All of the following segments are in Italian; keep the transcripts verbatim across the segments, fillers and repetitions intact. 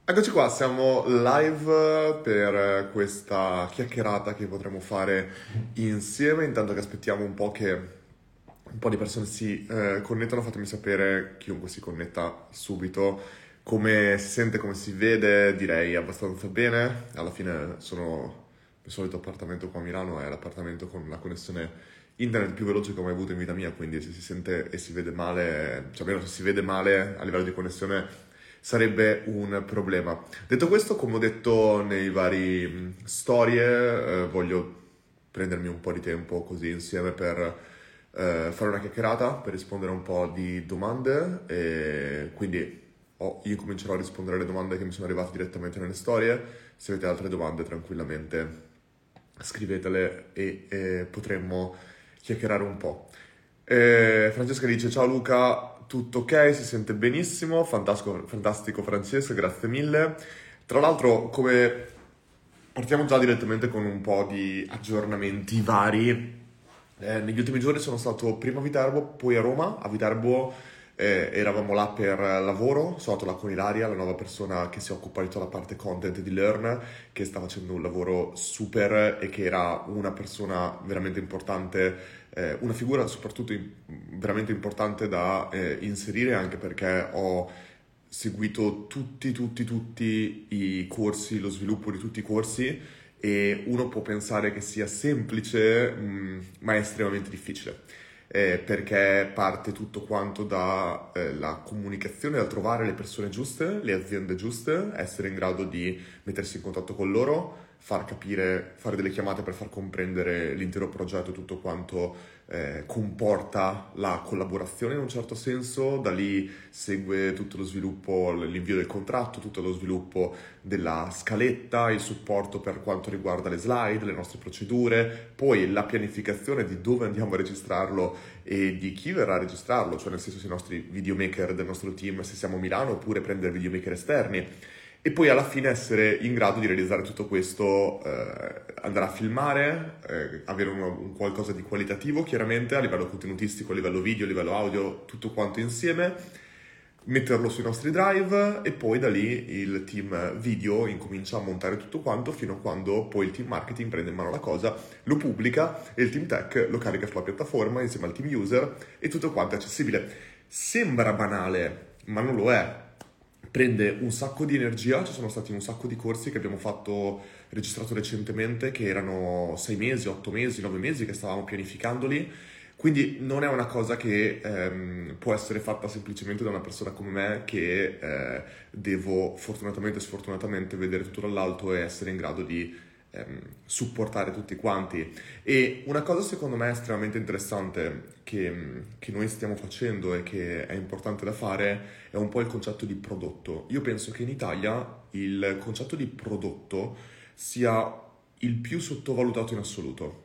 Eccoci qua, siamo live per questa chiacchierata che potremo fare insieme. Intanto che aspettiamo un po' che un po' di persone si eh, connettano, fatemi sapere, chiunque si connetta subito, come si sente, come si vede. Direi abbastanza bene. Alla fine sono il solito appartamento qua a Milano, è l'appartamento con la connessione internet più veloce che ho mai avuto in vita mia, quindi se si sente e si vede male, cioè almeno se si vede male a livello di connessione sarebbe un problema. Detto questo, come ho detto nei vari mh, storie, eh, voglio prendermi un po' di tempo così insieme per eh, fare una chiacchierata, per rispondere a un po' di domande e quindi oh, io comincerò a rispondere alle domande che mi sono arrivate direttamente nelle storie. Se avete altre domande tranquillamente scrivetele e eh, potremmo chiacchierare un po'. Eh, Francesca dice: ciao Luca, tutto ok, si sente benissimo, fantastico, fantastico Francesca, grazie mille. Tra l'altro, come partiamo già direttamente con un po' di aggiornamenti vari. Eh, negli ultimi giorni sono stato prima a Viterbo, poi a Roma. A Viterbo eh, eravamo là per lavoro, sono andato là con Ilaria, la nuova persona che si occupa di tutta la parte content di Learn, che sta facendo un lavoro super e che era una persona veramente importante, eh, una figura soprattutto in- veramente importante da eh, inserire, anche perché ho seguito tutti, tutti, tutti i corsi, lo sviluppo di tutti i corsi, e uno può pensare che sia semplice, mh, ma è estremamente difficile, eh, perché parte tutto quanto dalla comunicazione, dal trovare le persone giuste, le aziende giuste, essere in grado di mettersi in contatto con loro, far capire, fare delle chiamate per far comprendere l'intero progetto, tutto quanto eh, comporta la collaborazione in un certo senso. Da lì segue tutto lo sviluppo, l'invio del contratto, tutto lo sviluppo della scaletta, il supporto per quanto riguarda le slide, le nostre procedure, poi la pianificazione di dove andiamo a registrarlo e di chi verrà a registrarlo, cioè nel senso se i nostri videomaker del nostro team, se siamo a Milano, oppure prendere videomaker esterni. E poi alla fine essere in grado di realizzare tutto questo, eh, andare a filmare, eh, avere un, un qualcosa di qualitativo chiaramente a livello contenutistico, a livello video, a livello audio, tutto quanto insieme, metterlo sui nostri drive e poi da lì il team video incomincia a montare tutto quanto fino a quando poi il team marketing prende in mano la cosa, lo pubblica e il team tech lo carica sulla piattaforma insieme al team user e tutto quanto è accessibile. Sembra banale, ma non lo è. Prende un sacco di energia, ci sono stati un sacco di corsi che abbiamo fatto, registrato recentemente, che erano sei mesi, otto mesi, nove mesi che stavamo pianificandoli, quindi non è una cosa che ehm, può essere fatta semplicemente da una persona come me che eh, devo fortunatamente e sfortunatamente vedere tutto dall'alto e essere in grado di ehm, supportare tutti quanti. E una cosa secondo me estremamente interessante che, che noi stiamo facendo e che è importante da fare è un po' il concetto di prodotto. Io penso che in Italia il concetto di prodotto sia il più sottovalutato in assoluto,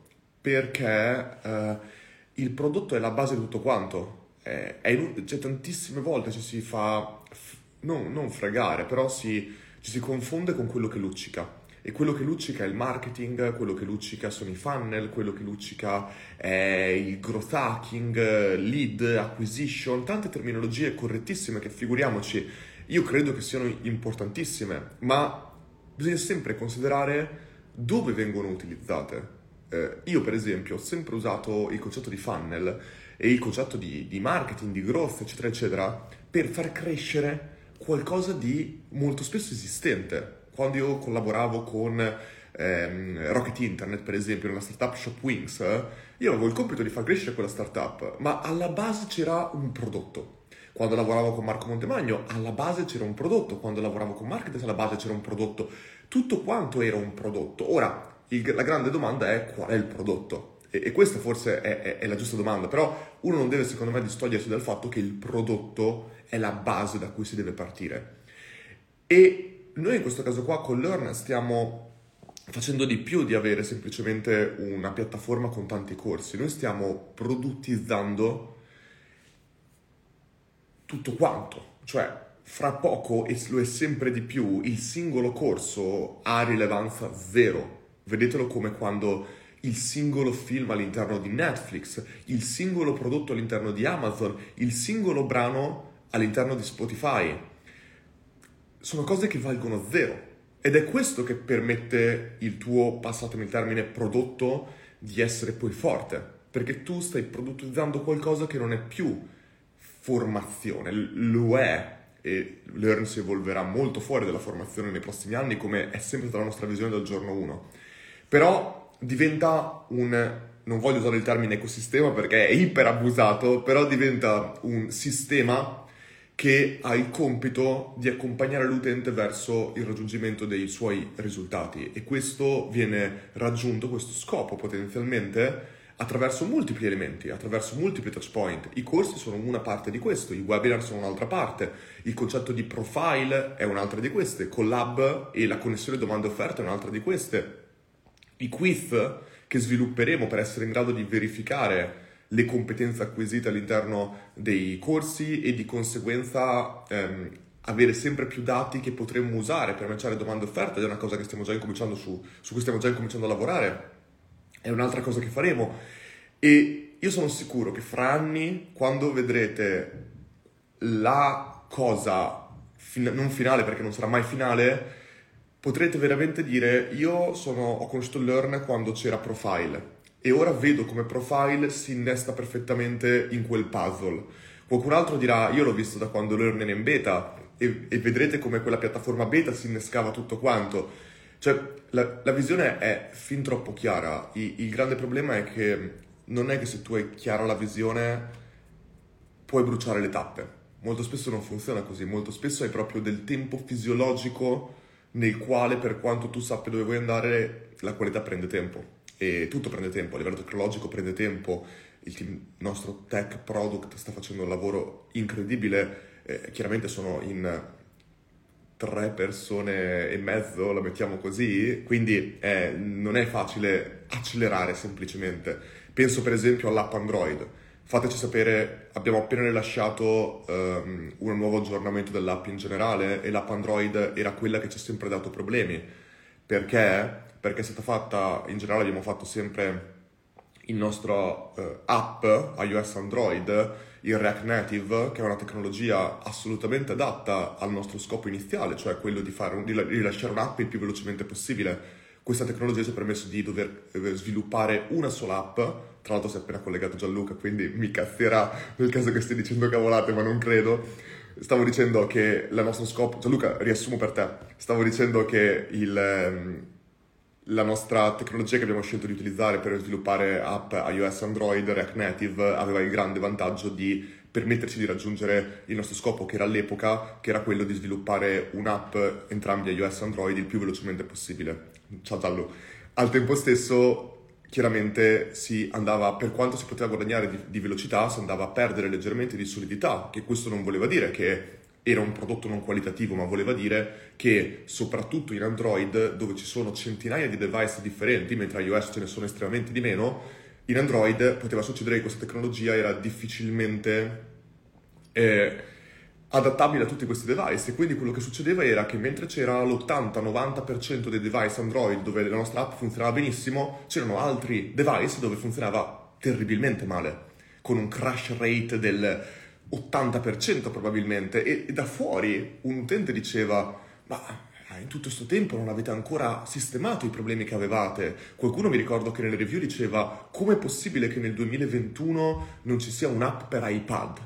perché eh, il prodotto è la base di tutto quanto. È, è inu- cioè, tantissime volte ci si fa, f- non, non fregare, però si, ci si confonde con quello che luccica. E quello che luccica è il marketing, quello che luccica sono i funnel, quello che luccica è il growth hacking, lead acquisition, tante terminologie correttissime che figuriamoci, io credo che siano importantissime, ma bisogna sempre considerare dove vengono utilizzate. Eh, io per esempio ho sempre usato il concetto di funnel e il concetto di, di marketing, di growth, eccetera, eccetera, per far crescere qualcosa di molto spesso esistente. Quando io collaboravo con ehm, Rocket Internet, per esempio, nella startup Shopwings, eh, io avevo il compito di far crescere quella startup, ma alla base c'era un prodotto. Quando lavoravo con Marco Montemagno, alla base c'era un prodotto. Quando lavoravo con Marketing, alla base c'era un prodotto. Tutto quanto era un prodotto. Ora, il- la grande domanda è qual è il prodotto? E, e questa forse è, è- è la giusta domanda, però uno non deve, secondo me, distogliersi dal fatto che il prodotto è la base da cui si deve partire. E noi in questo caso qua con Learn stiamo facendo di più di avere semplicemente una piattaforma con tanti corsi. Noi stiamo produttizzando tutto quanto, cioè fra poco, e lo è sempre di più, il singolo corso ha rilevanza zero. Vedetelo come quando il singolo film all'interno di Netflix, il singolo prodotto all'interno di Amazon, il singolo brano all'interno di Spotify. sono cose che valgono zero. Ed è questo che permette il tuo, passatemi il termine, prodotto di essere poi forte. Perché tu stai produttizzando qualcosa che non è più formazione, lo è. E Learn si evolverà molto fuori dalla formazione nei prossimi anni, come è sempre stata la nostra visione dal giorno uno. Però diventa un, non voglio usare il termine ecosistema perché è iperabusato, però diventa un sistema che ha il compito di accompagnare l'utente verso il raggiungimento dei suoi risultati, e questo viene raggiunto, questo scopo potenzialmente, attraverso multipli elementi, attraverso multipli touch point. I corsi sono una parte di questo, i webinar sono un'altra parte, il concetto di profile è un'altra di queste, collab e la connessione domande-offerte è un'altra di queste, i quiz che svilupperemo per essere in grado di verificare le competenze acquisite all'interno dei corsi e di conseguenza ehm, avere sempre più dati che potremmo usare per matchare domande e offerte, ed è una cosa che stiamo già incominciando su, su cui stiamo già incominciando a lavorare, è un'altra cosa che faremo. E io sono sicuro che fra anni, quando vedrete la cosa fin- non finale, perché non sarà mai finale, potrete veramente dire: io sono, ho conosciuto Learn quando c'era Profile e ora vedo come Profile si innesta perfettamente in quel puzzle. Qualcun altro dirà: io l'ho visto da quando Learn era in beta, e, e vedrete come quella piattaforma beta si innescava tutto quanto. Cioè, la, la visione è fin troppo chiara. I, il grande problema è che non è che se tu hai chiara la visione puoi bruciare le tappe. Molto spesso non funziona così, molto spesso hai proprio del tempo fisiologico nel quale, per quanto tu sappia dove vuoi andare, la qualità prende tempo. E tutto prende tempo, a livello tecnologico prende tempo. Il team, nostro tech product sta facendo un lavoro incredibile. Eh, chiaramente sono in tre persone e mezzo, la mettiamo così, quindi eh, non è facile accelerare semplicemente. Penso per esempio all'app Android. Fateci sapere, abbiamo appena rilasciato um, un nuovo aggiornamento dell'app in generale, e l'app Android era quella che ci ha sempre dato problemi. Perché? Perché è stata fatta, in generale abbiamo fatto sempre il nostro uh, app iOS Android, il React Native, che è una tecnologia assolutamente adatta al nostro scopo iniziale, cioè quello di, fare un, di rilasciare un'app il più velocemente possibile. Questa tecnologia ci ha permesso di dover eh, sviluppare una sola app. Tra l'altro si è appena collegato Gianluca, quindi mi cazzierà nel caso che stia dicendo cavolate, ma non credo. Stavo dicendo che il nostro scopo... Gianluca, riassumo per te. Stavo dicendo che il... Ehm, la nostra tecnologia che abbiamo scelto di utilizzare per sviluppare app iOS Android, React Native, aveva il grande vantaggio di permetterci di raggiungere il nostro scopo, che era all'epoca, che era quello di sviluppare un'app entrambi iOS e Android il più velocemente possibile. Ciao Giallo. Al tempo stesso, chiaramente si andava, per quanto si poteva guadagnare di, di velocità, si andava a perdere leggermente di solidità, che questo non voleva dire che era un prodotto non qualitativo, ma voleva dire che soprattutto in Android, dove ci sono centinaia di device differenti, mentre a iOS ce ne sono estremamente di meno, in Android poteva succedere che questa tecnologia era difficilmente eh, adattabile a tutti questi device, e quindi quello che succedeva era che mentre c'era l'ottanta novanta per cento dei device Android dove la nostra app funzionava benissimo, c'erano altri device dove funzionava terribilmente male, con un crash rate del ottanta per cento probabilmente, e, e da fuori un utente diceva: ma in tutto questo tempo non avete ancora sistemato i problemi che avevate. Qualcuno, mi ricordo che nelle review diceva: com'è possibile che nel duemilaventuno non ci sia un'app per iPad?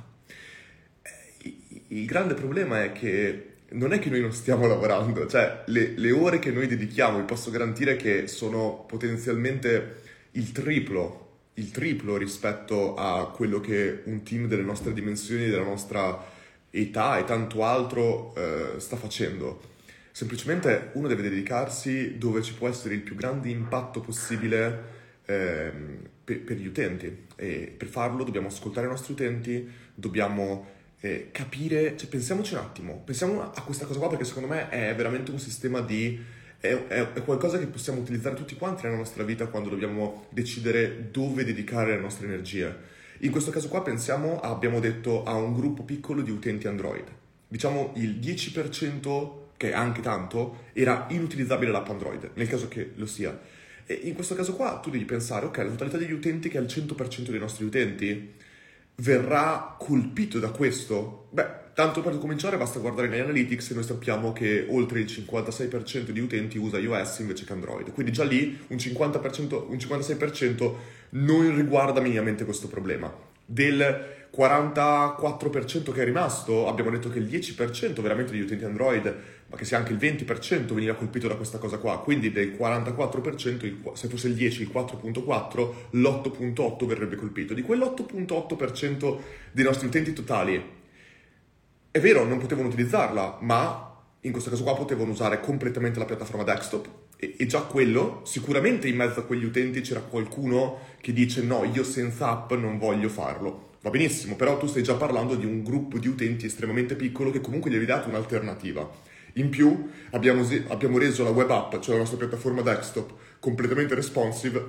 Il grande problema è che non è che noi non stiamo lavorando, cioè le, le ore che noi dedichiamo, vi posso garantire che sono potenzialmente il triplo il triplo rispetto a quello che un team delle nostre dimensioni, della nostra età e tanto altro eh, sta facendo. Semplicemente uno deve dedicarsi dove ci può essere il più grande impatto possibile eh, per, per gli utenti, e per farlo dobbiamo ascoltare i nostri utenti, dobbiamo eh, capire, cioè pensiamoci un attimo, pensiamo a questa cosa qua, perché secondo me è veramente un sistema di È, è, è qualcosa che possiamo utilizzare tutti quanti nella nostra vita quando dobbiamo decidere dove dedicare le nostre energie. In questo caso qua pensiamo, abbiamo detto, a un gruppo piccolo di utenti Android. Diciamo il dieci per cento, che è anche tanto, era inutilizzabile l'app Android, nel caso che lo sia. E in questo caso qua tu devi pensare: ok, la totalità degli utenti, che è il cento per cento dei nostri utenti, verrà colpito da questo? Beh, tanto per cominciare basta guardare negli analytics e noi sappiamo che oltre il cinquantasei per cento di utenti usa iOS invece che Android. Quindi già lì un cinquanta per cento, un cinquantasei per cento non riguarda minimamente questo problema. Del quarantaquattro per cento che è rimasto, abbiamo detto che il dieci per cento veramente degli utenti Android, ma che sia anche il venti per cento veniva colpito da questa cosa qua. Quindi del quarantaquattro per cento, se fosse il dieci, il quattro virgola quattro, l'otto virgola otto verrebbe colpito. Di quell'otto virgola otto per cento dei nostri utenti totali, è vero, non potevano utilizzarla, ma in questo caso qua potevano usare completamente la piattaforma desktop e, e già quello, sicuramente in mezzo a quegli utenti c'era qualcuno che dice no, io senza app non voglio farlo. Va benissimo, però tu stai già parlando di un gruppo di utenti estremamente piccolo che comunque gli avevi dato un'alternativa. In più abbiamo, abbiamo reso la web app, cioè la nostra piattaforma desktop, completamente responsive,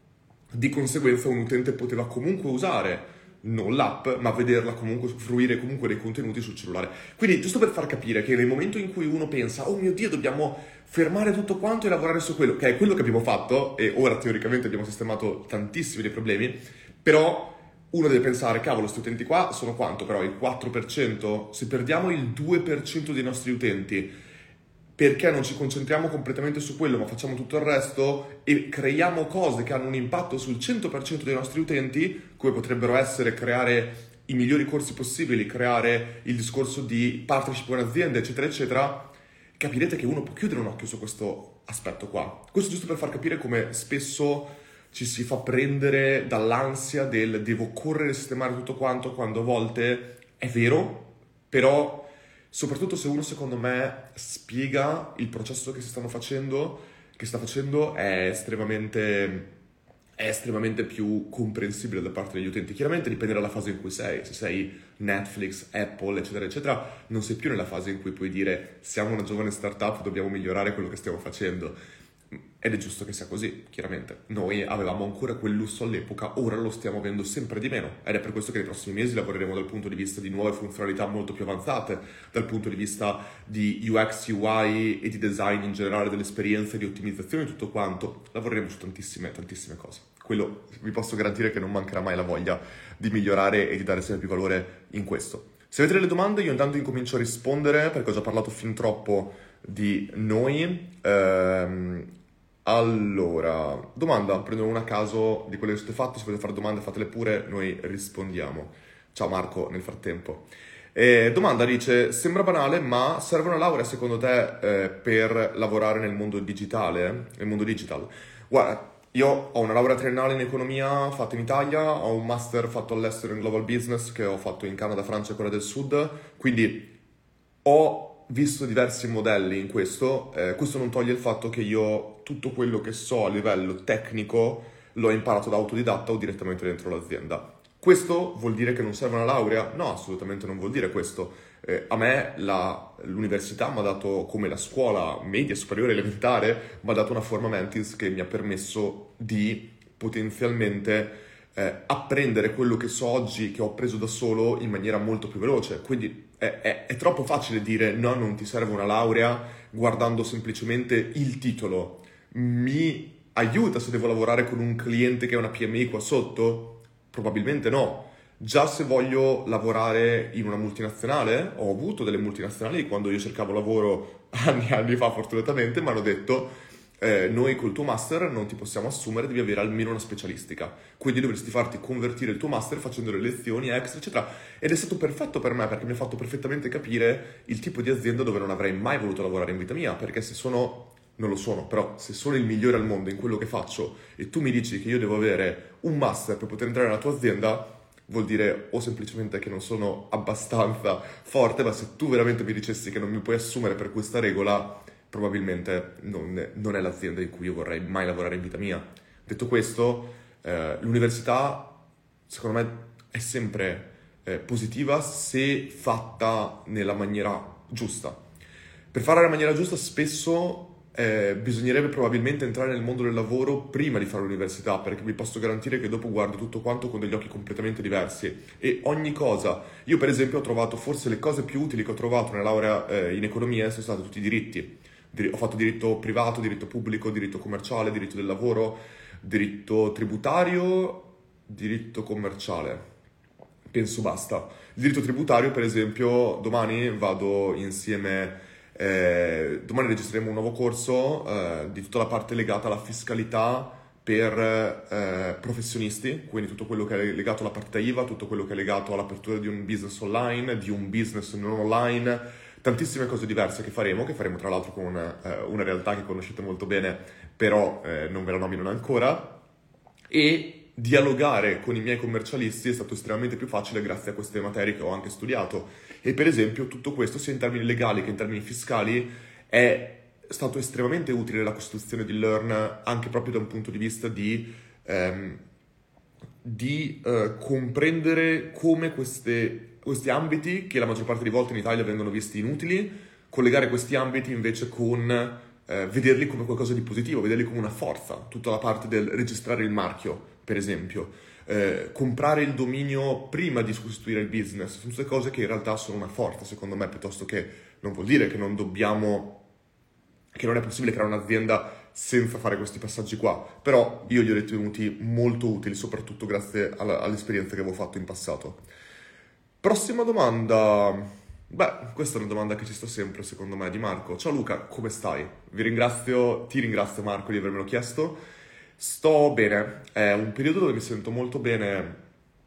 di conseguenza un utente poteva comunque usare non l'app, ma vederla comunque, fruire comunque dei contenuti sul cellulare. Quindi, giusto per far capire che nel momento in cui uno pensa, oh mio Dio, dobbiamo fermare tutto quanto e lavorare su quello, che è quello che abbiamo fatto, e ora teoricamente abbiamo sistemato tantissimi dei problemi, però uno deve pensare, cavolo, questi utenti qua sono quanto? Però il quattro per cento? Se perdiamo il due per cento dei nostri utenti, perché non ci concentriamo completamente su quello, ma facciamo tutto il resto e creiamo cose che hanno un impatto sul cento per cento dei nostri utenti, come potrebbero essere creare i migliori corsi possibili, creare il discorso di partnership con aziende, eccetera, eccetera, capirete che uno può chiudere un occhio su questo aspetto qua. Questo giusto per far capire come spesso ci si fa prendere dall'ansia del devo correre e sistemare tutto quanto, quando a volte è vero, però soprattutto se uno, secondo me, spiega il processo che si stanno facendo, che sta facendo, è estremamente, è estremamente più comprensibile da parte degli utenti. Chiaramente dipende dalla fase in cui sei. Se sei Netflix, Apple, eccetera, eccetera, non sei più nella fase in cui puoi dire siamo una giovane startup, dobbiamo migliorare quello che stiamo facendo. Ed è giusto che sia così, chiaramente. Noi avevamo ancora quel lusso all'epoca, ora lo stiamo avendo sempre di meno. Ed è per questo che nei prossimi mesi lavoreremo dal punto di vista di nuove funzionalità molto più avanzate, dal punto di vista di U X, U I e di design in generale dell'esperienza, di ottimizzazione e tutto quanto. Lavoreremo su tantissime, tantissime cose. Quello vi posso garantire che non mancherà mai la voglia di migliorare e di dare sempre più valore in questo. Se avete delle domande io intanto incomincio a rispondere, perché ho già parlato fin troppo di noi. Ehm... Allora, domanda, prendo una a caso di quelle che siete fatte, se volete fare domande fatele pure, noi rispondiamo. Ciao Marco, nel frattempo. E domanda dice, sembra banale, ma serve una laurea secondo te eh, per lavorare nel mondo digitale, nel mondo digital? Guarda, io ho una laurea triennale in economia fatta in Italia, ho un master fatto all'estero in global business che ho fatto in Canada, Francia e Corea del Sud, quindi ho visto diversi modelli in questo, eh, questo non toglie il fatto che io tutto quello che so a livello tecnico l'ho imparato da autodidatta o direttamente dentro l'azienda. Questo vuol dire che non serve una laurea? No, assolutamente non vuol dire questo. Eh, a me la, l'università mi ha dato, come la scuola media, superiore, elementare, mi ha dato una forma mentis che mi ha permesso di potenzialmente eh, apprendere quello che so oggi, che ho appreso da solo, in maniera molto più veloce. Quindi è, è, è troppo facile dire no, non ti serve una laurea guardando semplicemente il titolo. Mi aiuta se devo lavorare con un cliente che è una P M I qua sotto? Probabilmente no. Già se voglio lavorare in una multinazionale, ho avuto delle multinazionali quando io cercavo lavoro anni e anni fa fortunatamente, mi hanno detto eh, noi col tuo master non ti possiamo assumere, devi avere almeno una specialistica, quindi dovresti farti convertire il tuo master facendo le lezioni extra eccetera, ed è stato perfetto per me perché mi ha fatto perfettamente capire il tipo di azienda dove non avrei mai voluto lavorare in vita mia, perché se sono, non lo sono, però se sono il migliore al mondo in quello che faccio e tu mi dici che io devo avere un master per poter entrare nella tua azienda, vuol dire o semplicemente che non sono abbastanza forte, ma se tu veramente mi dicessi che non mi puoi assumere per questa regola, probabilmente non è, non è l'azienda in cui io vorrei mai lavorare in vita mia. Detto questo, eh, l'università secondo me è sempre eh, positiva se fatta nella maniera giusta. Per farla nella maniera giusta spesso Eh, bisognerebbe probabilmente entrare nel mondo del lavoro prima di fare l'università, perché vi posso garantire che dopo guardo tutto quanto con degli occhi completamente diversi e ogni cosa, io per esempio ho trovato forse le cose più utili che ho trovato nella laurea eh, in economia sono stati tutti i diritti. Dir- ho fatto diritto privato, diritto pubblico, diritto commerciale, diritto del lavoro, diritto tributario, diritto commerciale. penso basta. Il diritto tributario, per esempio, domani vado insieme, eh, domani registreremo un nuovo corso eh, di tutta la parte legata alla fiscalità per eh, professionisti, quindi tutto quello che è legato alla partita I V A, tutto quello che è legato all'apertura di un business online, di un business non online, tantissime cose diverse che faremo, che faremo tra l'altro con una, eh, una realtà che conoscete molto bene, però eh, non ve la nomino ancora, e dialogare con i miei commercialisti è stato estremamente più facile grazie a queste materie che ho anche studiato. E per esempio tutto questo, sia in termini legali che in termini fiscali, è stato estremamente utile nella costruzione di Learn, anche proprio da un punto di vista di, ehm, di eh, comprendere come queste, questi ambiti, che la maggior parte delle volte in Italia vengono visti inutili, collegare questi ambiti invece con eh, vederli come qualcosa di positivo, vederli come una forza. Tutta la parte del registrare il marchio, per esempio, eh, comprare il dominio prima di costruire il business, sono tutte cose che in realtà sono una forza, secondo me, piuttosto che non vuol dire che non dobbiamo, che non è possibile creare un'azienda senza fare questi passaggi qua, però io li ho ritenuti molto utili, soprattutto grazie alla, all'esperienza che avevo fatto in passato. Prossima domanda. Beh, questa è una domanda che ci sta sempre, secondo me, di Marco. Ciao Luca, come stai? Vi ringrazio, ti ringrazio Marco di avermelo chiesto. Sto bene, è un periodo dove mi sento molto bene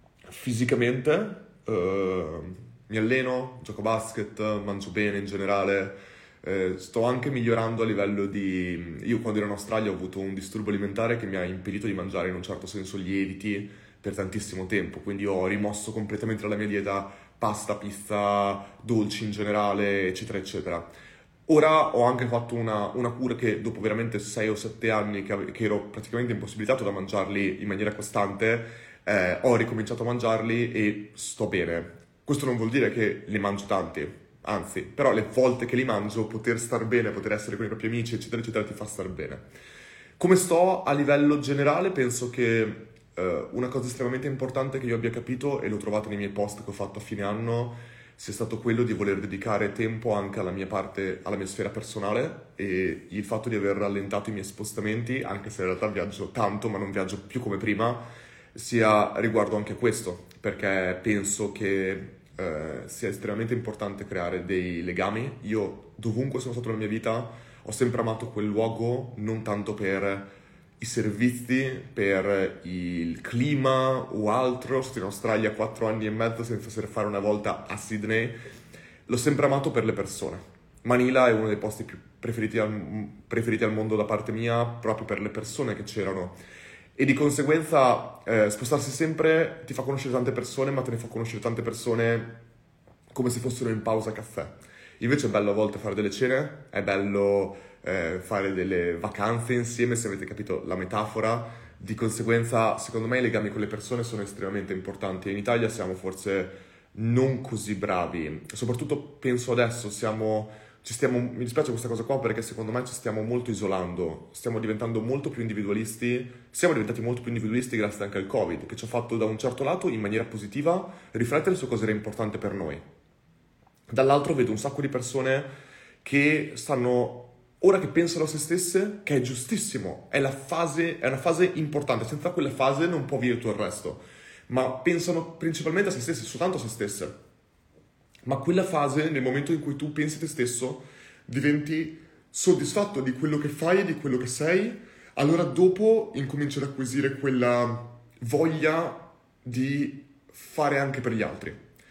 fisicamente, eh, mi alleno, gioco a basket, mangio bene in generale. Eh, sto anche migliorando a livello di... Io quando ero in Australia ho avuto un disturbo alimentare che mi ha impedito di mangiare in un certo senso lieviti per tantissimo tempo, quindi ho rimosso completamente dalla mia dieta pasta, pizza, dolci in generale, eccetera, eccetera. Ora ho anche fatto una, una cura che dopo veramente sei o sette anni che, ave- che ero praticamente impossibilitato da mangiarli in maniera costante, eh, ho ricominciato a mangiarli e sto bene. Questo non vuol dire che li mangio tanti, anzi, però le volte che li mangio, poter star bene, poter essere con i propri amici, eccetera, eccetera, ti fa star bene. Come sto a livello generale, penso che eh, una cosa estremamente importante che io abbia capito, e l'ho trovato nei miei post che ho fatto a fine anno, sia stato quello di voler dedicare tempo anche alla mia parte, alla mia sfera personale, e il fatto di aver rallentato i miei spostamenti, anche se in realtà viaggio tanto, ma non viaggio più come prima, sia riguardo anche a questo, perché penso che eh, sia estremamente importante creare dei legami. Io, dovunque sono stato nella mia vita, ho sempre amato quel luogo, non tanto per i servizi, per il clima o altro. Sono stato in Australia quattro anni e mezzo senza surfare una volta a Sydney. L'ho sempre amato per le persone. Manila è uno dei posti più preferiti al, preferiti al mondo da parte mia, proprio per le persone che c'erano. E di conseguenza eh, spostarsi sempre ti fa conoscere tante persone, ma te ne fa conoscere tante persone come se fossero in pausa caffè. Invece è bello a volte fare delle cene, è bello eh, fare delle vacanze insieme, se avete capito la metafora. Di conseguenza, secondo me, i legami con le persone sono estremamente importanti. In Italia siamo forse non così bravi, soprattutto penso adesso siamo... Ci stiamo, mi dispiace questa cosa qua perché secondo me ci stiamo molto isolando, stiamo diventando molto più individualisti, siamo diventati molto più individualisti grazie anche al Covid, che ci ha fatto da un certo lato, in maniera positiva, riflettere su cosa era importante per noi. Dall'altro vedo un sacco di persone che stanno, ora che pensano a se stesse, che è giustissimo, è la fase, è una fase importante, senza quella fase non può vivere tutto il resto, ma pensano principalmente a se stesse, soltanto a se stesse. Ma quella fase, nel momento in cui tu pensi te stesso, diventi soddisfatto di quello che fai e di quello che sei, allora dopo incominci ad acquisire quella voglia di fare anche per gli altri.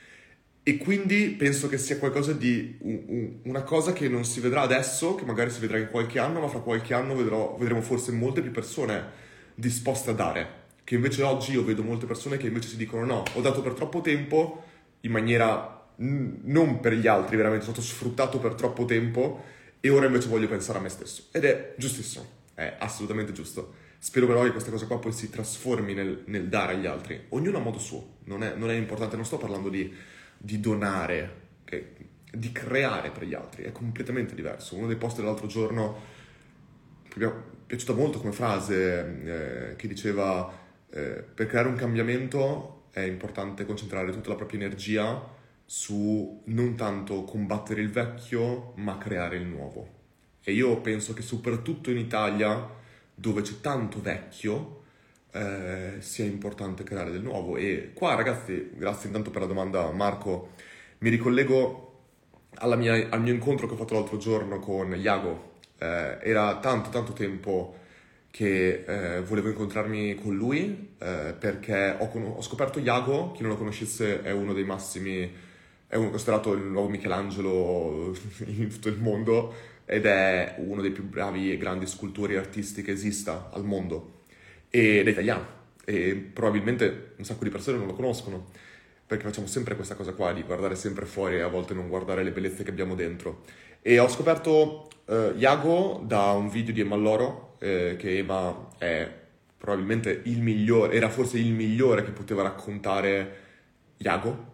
E quindi penso che sia qualcosa di un, un, una cosa che non si vedrà adesso, che magari si vedrà in qualche anno, ma fra qualche anno vedrò, vedremo forse molte più persone disposte a dare. Che invece oggi io vedo molte persone che invece si dicono no, ho dato per troppo tempo in maniera... non per gli altri, veramente sono stato sfruttato per troppo tempo e ora invece voglio pensare a me stesso, ed è giustissimo, è assolutamente giusto. Spero però che questa cosa qua poi si trasformi nel, nel dare agli altri, ognuno a modo suo, non è, non è importante, non sto parlando di, di donare, okay? Di creare per gli altri, è completamente diverso. Uno dei post dell'altro giorno che mi è piaciuta molto come frase, eh, che diceva eh, per creare un cambiamento è importante concentrare tutta la propria energia su non tanto combattere il vecchio, ma creare il nuovo. E io penso che soprattutto in Italia, dove c'è tanto vecchio, eh, sia importante creare del nuovo. E qua, ragazzi, grazie intanto per la domanda, Marco, mi ricollego alla mia- al mio incontro che ho fatto l'altro giorno con Iago. Eh, era tanto tanto tempo che eh, volevo incontrarmi con lui, eh, perché ho, con- ho scoperto Iago. Chi non lo conoscesse, è uno dei massimi, è uno considerato il nuovo Michelangelo in tutto il mondo, ed è uno dei più bravi e grandi scultori e artisti che esista al mondo, ed è italiano, e probabilmente un sacco di persone non lo conoscono, perché facciamo sempre questa cosa qua di guardare sempre fuori e a volte non guardare le bellezze che abbiamo dentro. E ho scoperto eh, Iago da un video di Emma Loro, eh, che Emma è probabilmente il migliore, era forse il migliore che poteva raccontare Iago.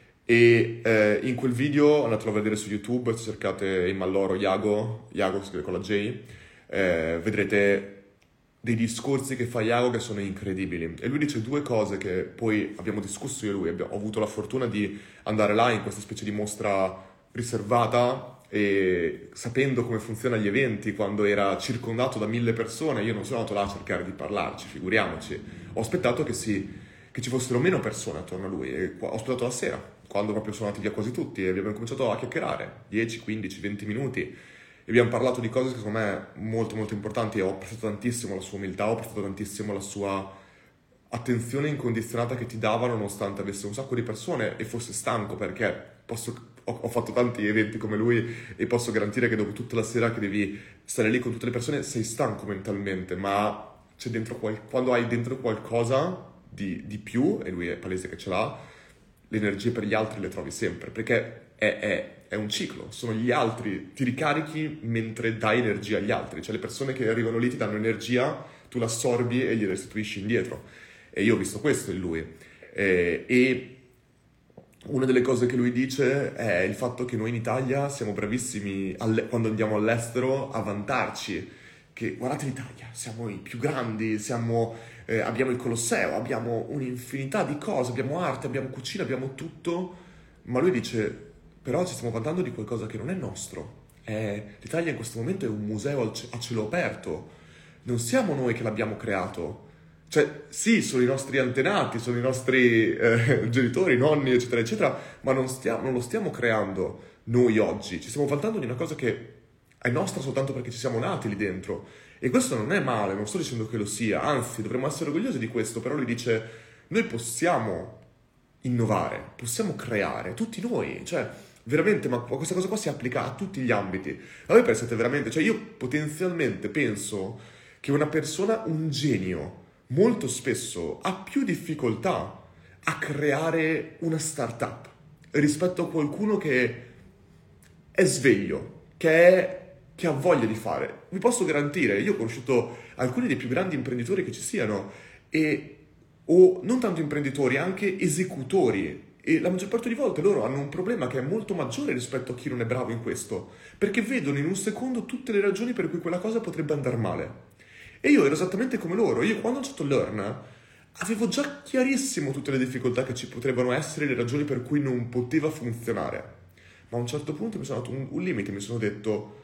E eh, in quel video, andatelo a vedere su YouTube, se cercate Emma Loro Iago, Iago si scrive con la J, eh, vedrete dei discorsi che fa Iago che sono incredibili. E lui dice due cose che poi abbiamo discusso io e lui. Abbiamo, ho avuto la fortuna di andare là in questa specie di mostra riservata, e sapendo come funzionano gli eventi, quando era circondato da mille persone, io non sono andato là a cercare di parlarci, figuriamoci. Ho aspettato che, si, che ci fossero meno persone attorno a lui, e qua- ho aspettato la sera, quando proprio sono andati via quasi tutti, e abbiamo cominciato a chiacchierare, dieci, quindici, venti minuti, e abbiamo parlato di cose che secondo me molto molto importanti, e ho apprezzato tantissimo la sua umiltà, ho apprezzato tantissimo la sua attenzione incondizionata che ti dava nonostante avesse un sacco di persone e fosse stanco, perché posso- ho, ho fatto tanti eventi come lui e posso garantire che dopo tutta la sera che devi stare lì con tutte le persone sei stanco mentalmente, ma c'è dentro qual- quando hai dentro qualcosa di, di più, e lui è palese che ce l'ha, le energie per gli altri le trovi sempre, perché è, è- è un ciclo, sono gli altri, ti ricarichi mentre dai energia agli altri, cioè le persone che arrivano lì ti danno energia, tu l'assorbi e gli restituisci indietro. E io ho visto questo in lui. Eh, e una delle cose che lui dice è il fatto che noi in Italia siamo bravissimi alle- quando andiamo all'estero a vantarci, che guardate l'Italia, siamo i più grandi, siamo, eh, abbiamo il Colosseo, abbiamo un'infinità di cose, abbiamo arte, abbiamo cucina, abbiamo tutto, ma lui dice, però ci stiamo vantando di qualcosa che non è nostro. Eh, L'Italia in questo momento è un museo al ce- a cielo aperto, non siamo noi che l'abbiamo creato. Cioè, sì, sono i nostri antenati, sono i nostri eh, genitori, nonni, eccetera, eccetera, ma non, stiamo, non lo stiamo creando noi oggi. Ci stiamo vantando di una cosa che è nostra soltanto perché ci siamo nati lì dentro. E questo non è male, non sto dicendo che lo sia, anzi, dovremmo essere orgogliosi di questo, però lui dice, noi possiamo innovare, possiamo creare, tutti noi, cioè, veramente, ma questa cosa qua si applica a tutti gli ambiti. Ma voi pensate veramente, cioè io potenzialmente penso che una persona, un genio, molto spesso ha più difficoltà a creare una startup rispetto a qualcuno che è sveglio, che, è, che ha voglia di fare. Vi posso garantire, io ho conosciuto alcuni dei più grandi imprenditori che ci siano, e, o non tanto imprenditori, anche esecutori. E la maggior parte di volte loro hanno un problema che è molto maggiore rispetto a chi non è bravo in questo, perché vedono in un secondo tutte le ragioni per cui quella cosa potrebbe andare male. E io ero esattamente come loro. Io quando ho iniziato Learn avevo già chiarissimo tutte le difficoltà che ci potrebbero essere, le ragioni per cui non poteva funzionare. Ma a un certo punto mi sono dato un, un limite, mi sono detto,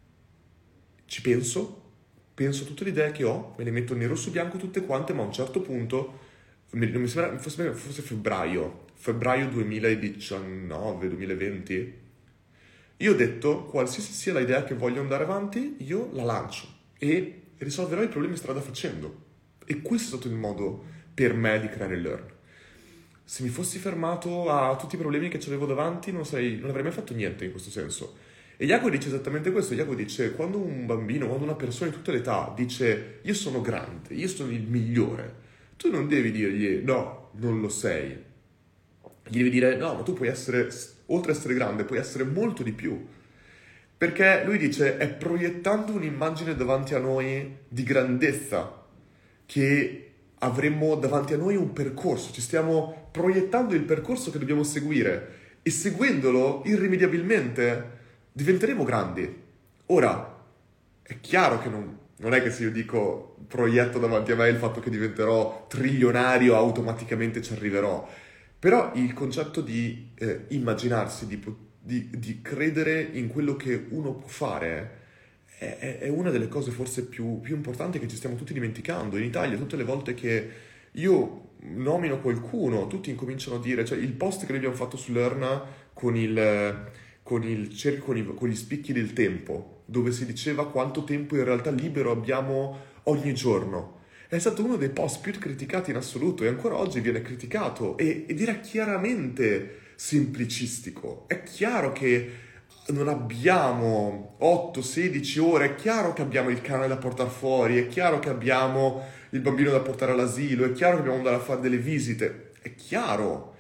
ci penso, penso a tutte le idee che ho, me le metto nero su bianco tutte quante, ma a un certo punto, mi, non mi sembra, forse, forse febbraio, febbraio duemiladiciannove duemilaventi, io ho detto, qualsiasi sia l'idea che voglio andare avanti, io la lancio e risolverò i problemi strada facendo. E questo è stato il modo per me di creare Learn. Se mi fossi fermato a tutti i problemi che avevo davanti, non, sarei, non avrei mai fatto niente in questo senso. E Iago dice esattamente questo. Iago dice, quando un bambino, quando una persona di tutte le età dice io sono grande, io sono il migliore, tu non devi dirgli no, non lo sei. Gli devi dire no, ma tu puoi essere, oltre ad essere grande, puoi essere molto di più. Perché lui dice, è proiettando un'immagine davanti a noi di grandezza che avremmo davanti a noi un percorso, ci stiamo proiettando il percorso che dobbiamo seguire, e seguendolo irrimediabilmente diventeremo grandi. Ora, è chiaro che non, non è che se io dico proietto davanti a me il fatto che diventerò trilionario automaticamente ci arriverò, però il concetto di eh, immaginarsi, di, po- di- di credere in quello che uno può fare, è, è una delle cose forse più, più importanti che ci stiamo tutti dimenticando. In Italia, tutte le volte che io nomino qualcuno, tutti incominciano a dire, cioè il post che noi abbiamo fatto sull'Erna con il, con il cer- con i- con gli spicchi del tempo, dove si diceva quanto tempo in realtà libero abbiamo ogni giorno. È stato uno dei post più criticati in assoluto e ancora oggi viene criticato e- ed era chiaramente semplicistico. È chiaro che non abbiamo otto sedici ore, è chiaro che abbiamo il cane da portare fuori, è chiaro che abbiamo il bambino da portare all'asilo, è chiaro che dobbiamo andare a fare delle visite, è chiaro,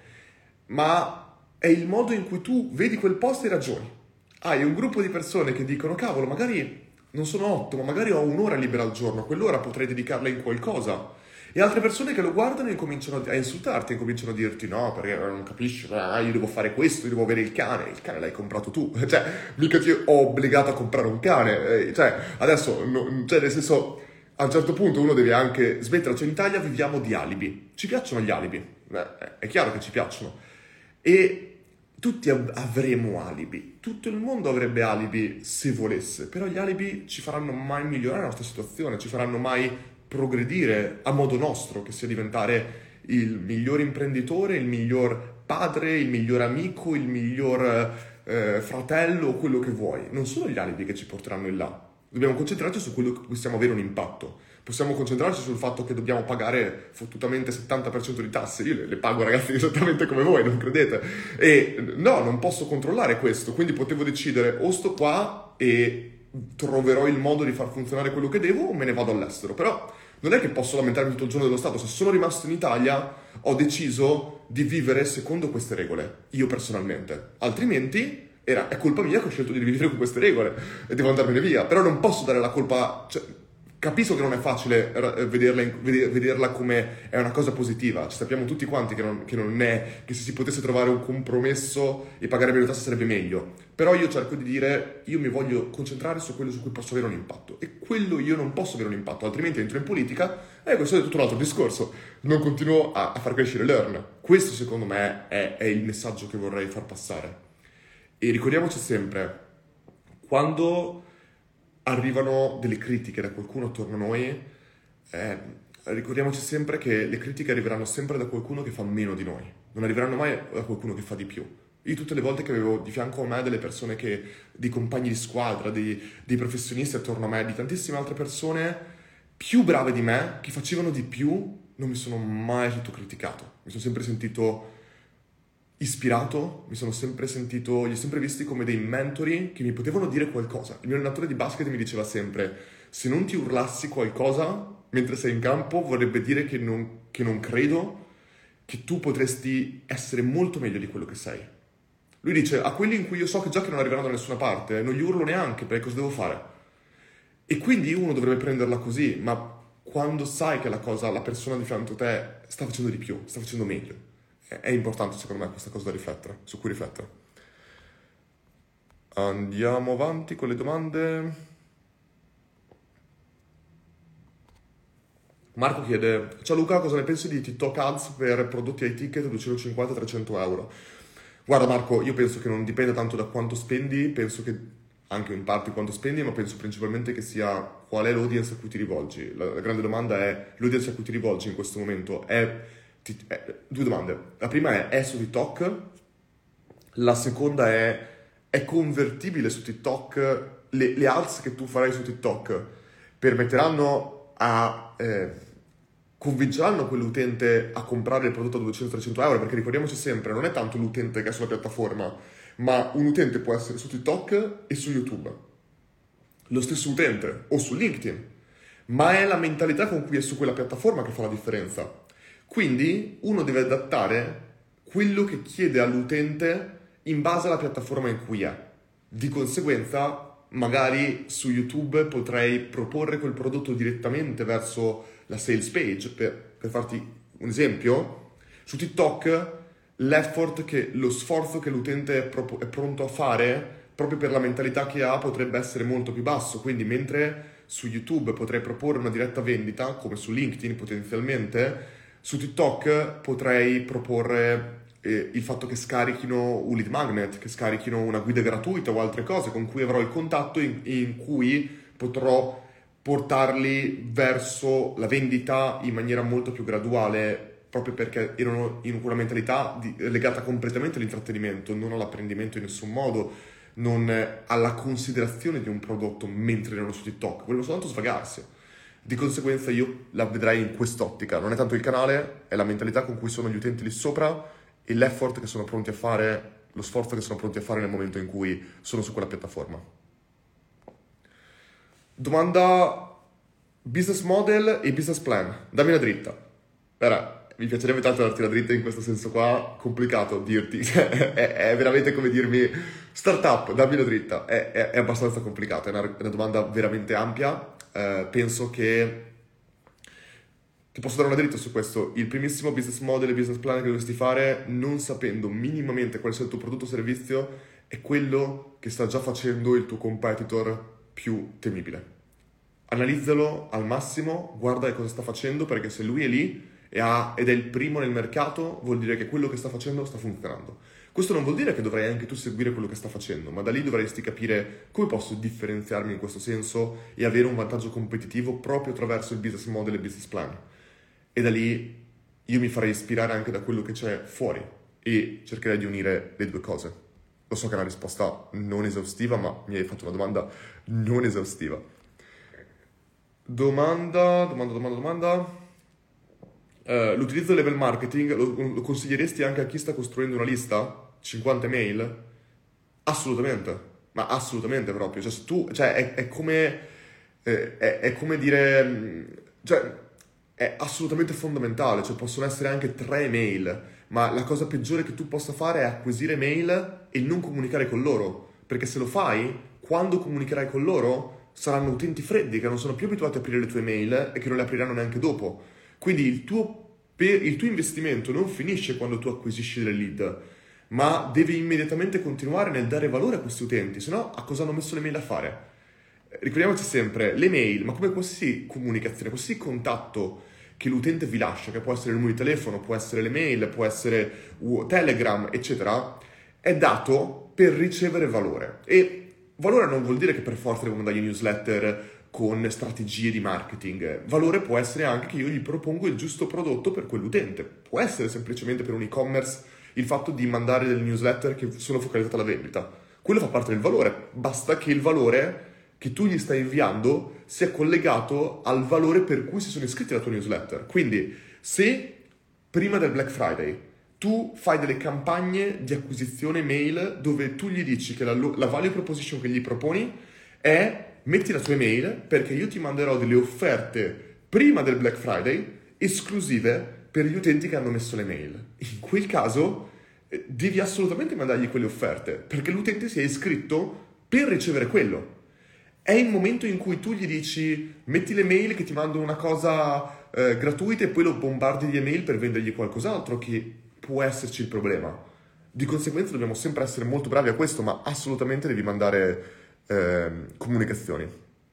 ma è il modo in cui tu vedi quel posto e ragioni. Hai un gruppo di persone che dicono, cavolo, magari non sono otto, ma magari ho un'ora libera al giorno, quell'ora potrei dedicarla in qualcosa. E altre persone che lo guardano e cominciano a insultarti, e cominciano a dirti no, perché non capisci, ah, io devo fare questo, io devo avere il cane, il cane l'hai comprato tu, cioè, mica ti ho obbligato a comprare un cane, eh, cioè, adesso, no, cioè, nel senso, a un certo punto uno deve anche smettere, cioè in Italia viviamo di alibi, ci piacciono gli alibi, eh, è chiaro che ci piacciono, e tutti av- avremo alibi, tutto il mondo avrebbe alibi se volesse, però gli alibi ci faranno mai migliorare la nostra situazione, ci faranno mai progredire a modo nostro, che sia diventare il miglior imprenditore, il miglior padre, il miglior amico, il miglior eh, fratello, quello che vuoi. Non sono gli alibi che ci porteranno in là. Dobbiamo concentrarci su quello che possiamo avere un impatto. Possiamo concentrarci sul fatto che dobbiamo pagare fottutamente settanta per cento di tasse. Io le, le pago, ragazzi, esattamente come voi, non credete? E no, non posso controllare questo, quindi potevo decidere o sto qua e troverò il modo di far funzionare quello che devo o me ne vado all'estero. Però non è che posso lamentarmi tutto il giorno dello Stato. Se sono rimasto in Italia, ho deciso di vivere secondo queste regole, io personalmente. Altrimenti era, è colpa mia che ho scelto di vivere con queste regole e devo andarmene via. Però non posso dare la colpa... Cioè, capisco che non è facile eh, vederla, in- vede- vederla come è una cosa positiva. Ci sappiamo tutti quanti che non, che non è, che se si potesse trovare un compromesso e pagare meno tasse sarebbe meglio. Però io cerco di dire, io mi voglio concentrare su quello su cui posso avere un impatto. E quello io non posso avere un impatto, altrimenti entro in politica e questo è tutto un altro discorso. Non continuo a, a far crescere l'Earn. Questo secondo me è, è il messaggio che vorrei far passare. E ricordiamoci sempre, quando arrivano delle critiche da qualcuno attorno a noi, eh, ricordiamoci sempre che le critiche arriveranno sempre da qualcuno che fa meno di noi, non arriveranno mai da qualcuno che fa di più. Io tutte le volte che avevo di fianco a me delle persone che, dei compagni di squadra, dei, dei professionisti attorno a me, di tantissime altre persone più brave di me, che facevano di più, non mi sono mai sentito criticato. Mi sono sempre sentito ispirato, mi sono sempre sentito, li ho sempre visti come dei mentori che mi potevano dire qualcosa. Il mio allenatore di basket mi diceva sempre, se non ti urlassi qualcosa mentre sei in campo vorrebbe dire che non, che non credo che tu potresti essere molto meglio di quello che sei. Lui dice, a quelli in cui io so che già che non arriveranno da nessuna parte, non gli urlo neanche, perché cosa devo fare? E quindi uno dovrebbe prenderla così, ma quando sai che la cosa, la persona di fianco a te sta facendo di più, sta facendo meglio, è importante secondo me questa cosa da riflettere, su cui riflettere. Andiamo avanti con le domande. Marco chiede, ciao Luca, cosa ne pensi di TikTok Ads per prodotti ai ticket duecentocinquanta trecento euro? Guarda Marco, io penso che non dipenda tanto da quanto spendi, penso che anche in parte quanto spendi, ma penso principalmente che sia qual è l'audience a cui ti rivolgi. La, la grande domanda è, l'audience a cui ti rivolgi in questo momento è... Ti, eh, due domande. La prima è, è su TikTok? La seconda è, è convertibile su TikTok? Le, le ads che tu farai su TikTok permetteranno a... Eh, convinceranno quell'utente a comprare il prodotto a duecento trecento euro? Perché ricordiamoci sempre, non è tanto l'utente che è sulla piattaforma, ma un utente può essere su TikTok e su YouTube. Lo stesso utente, o su LinkedIn. Ma è la mentalità con cui è su quella piattaforma che fa la differenza. Quindi uno deve adattare quello che chiede all'utente in base alla piattaforma in cui è. Di conseguenza, magari su YouTube potrei proporre quel prodotto direttamente verso la sales page. Per, per farti un esempio, su TikTok l'effort, che, lo sforzo che l'utente è, pro, è pronto a fare, proprio per la mentalità che ha, potrebbe essere molto più basso. Quindi mentre su YouTube potrei proporre una diretta vendita, come su LinkedIn potenzialmente, su TikTok potrei proporre eh, il fatto che scarichino un lead magnet, che scarichino una guida gratuita o altre cose con cui avrò il contatto in, in cui potrò portarli verso la vendita in maniera molto più graduale, proprio perché erano in una mentalità di, legata completamente all'intrattenimento, non all'apprendimento in nessun modo, non alla considerazione di un prodotto mentre erano su TikTok, volevano soltanto svagarsi. Di conseguenza io la vedrei in quest'ottica, non è tanto il canale, è la mentalità con cui sono gli utenti lì sopra e l'effort che sono pronti a fare, lo sforzo che sono pronti a fare nel momento in cui sono su quella piattaforma. Domanda business model e business plan, dammi la dritta. Ora, mi piacerebbe tanto darti la dritta in questo senso qua, complicato dirti, è, è veramente come dirmi startup, dammi la dritta, è, è, è abbastanza complicato, è una, è una domanda veramente ampia, eh, penso che ti posso dare una dritta su questo. Il primissimo business model e business plan che dovresti fare, non sapendo minimamente quale sia il tuo prodotto o servizio, è quello che sta già facendo il tuo competitor più temibile. Analizzalo al massimo, guarda cosa sta facendo, perché se lui è lì e ha, ed è il primo nel mercato, vuol dire che quello che sta facendo sta funzionando. Questo non vuol dire che dovrai anche tu seguire quello che sta facendo, ma da lì dovresti capire come posso differenziarmi in questo senso e avere un vantaggio competitivo proprio attraverso il business model e il business plan. E da lì io mi farei ispirare anche da quello che c'è fuori e cercherei di unire le due cose. Lo so che è una risposta non esaustiva, ma mi hai fatto una domanda non esaustiva. Domanda, domanda, domanda, domanda. Uh, l'utilizzo del level marketing lo, lo consiglieresti anche a chi sta costruendo una lista? cinquanta mail? Assolutamente, ma assolutamente proprio. Cioè, se tu, cioè è, è come eh, è, è come dire, cioè è assolutamente fondamentale. Cioè possono essere anche tre mail, ma la cosa peggiore che tu possa fare è acquisire mail e non comunicare con loro, perché se lo fai, quando comunicherai con loro saranno utenti freddi che non sono più abituati a aprire le tue mail e che non le apriranno neanche dopo. Quindi il tuo, per, il tuo investimento non finisce quando tu acquisisci le lead, ma devi immediatamente continuare nel dare valore a questi utenti, se no a cosa hanno messo le mail a fare? Ricordiamoci sempre, le mail, ma come qualsiasi comunicazione, qualsiasi contatto che l'utente vi lascia, che può essere il numero di telefono, può essere le mail, può essere Telegram, eccetera, è dato per ricevere valore. E valore non vuol dire che per forza devo mandargli newsletter con strategie di marketing. Valore può essere anche che io gli propongo il giusto prodotto per quell'utente. Può essere semplicemente per un e-commerce il fatto di mandare delle newsletter che sono focalizzate alla vendita. Quello fa parte del valore. Basta che il valore che tu gli stai inviando sia collegato al valore per cui si sono iscritti alla tua newsletter. Quindi, se prima del Black Friday tu fai delle campagne di acquisizione mail dove tu gli dici che la, la value proposition che gli proponi è metti la tua email perché io ti manderò delle offerte prima del Black Friday esclusive per gli utenti che hanno messo le mail. In quel caso eh, devi assolutamente mandargli quelle offerte perché l'utente si è iscritto per ricevere quello. È il momento in cui tu gli dici metti le mail che ti mando una cosa eh, gratuita e poi lo bombardi di email per vendergli qualcos'altro che può esserci il problema. Di conseguenza dobbiamo sempre essere molto bravi a questo, ma assolutamente devi mandare eh, comunicazioni.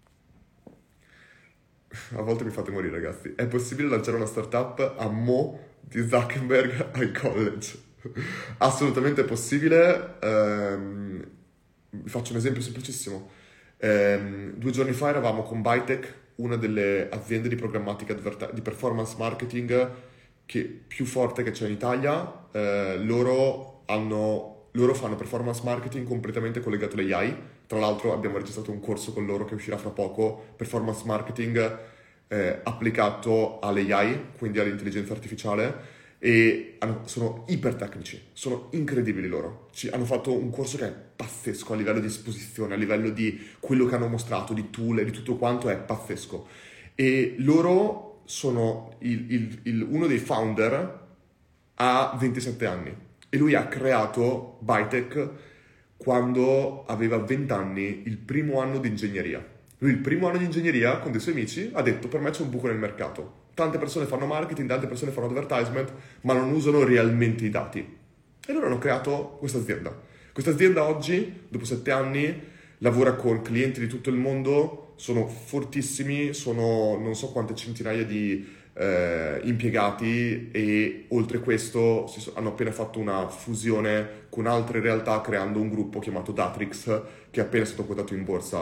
A volte mi fate morire, ragazzi. È possibile lanciare una startup a mo' di Zuckerberg al college? Assolutamente possibile. Ehm, vi faccio un esempio semplicissimo. Ehm, due giorni fa eravamo con Bytech, una delle aziende di programmatica adverta- di performance marketing che più forte che c'è in Italia. Eh, loro, hanno, loro fanno performance marketing completamente collegato all'A I. Tra l'altro abbiamo registrato un corso con loro che uscirà fra poco, performance marketing eh, applicato all'A I, quindi all'intelligenza artificiale, e hanno, sono iper tecnici, sono incredibili loro. Ci, hanno fatto un corso che è pazzesco a livello di esposizione, a livello di quello che hanno mostrato, di tool e di tutto quanto, è pazzesco. E loro sono il, il, il, uno dei founder, ha ventisette anni e lui ha creato Bytech quando aveva venti anni, il primo anno di ingegneria. Lui il primo anno di ingegneria con dei suoi amici ha detto per me c'è un buco nel mercato. Tante persone fanno marketing, tante persone fanno advertisement, ma non usano realmente i dati. E loro hanno creato questa azienda. Questa azienda oggi, dopo sette anni, lavora con clienti di tutto il mondo, sono fortissimi, sono non so quante centinaia di eh, impiegati e oltre questo si so, hanno appena fatto una fusione con altre realtà creando un gruppo chiamato Datrix che è appena stato quotato in borsa.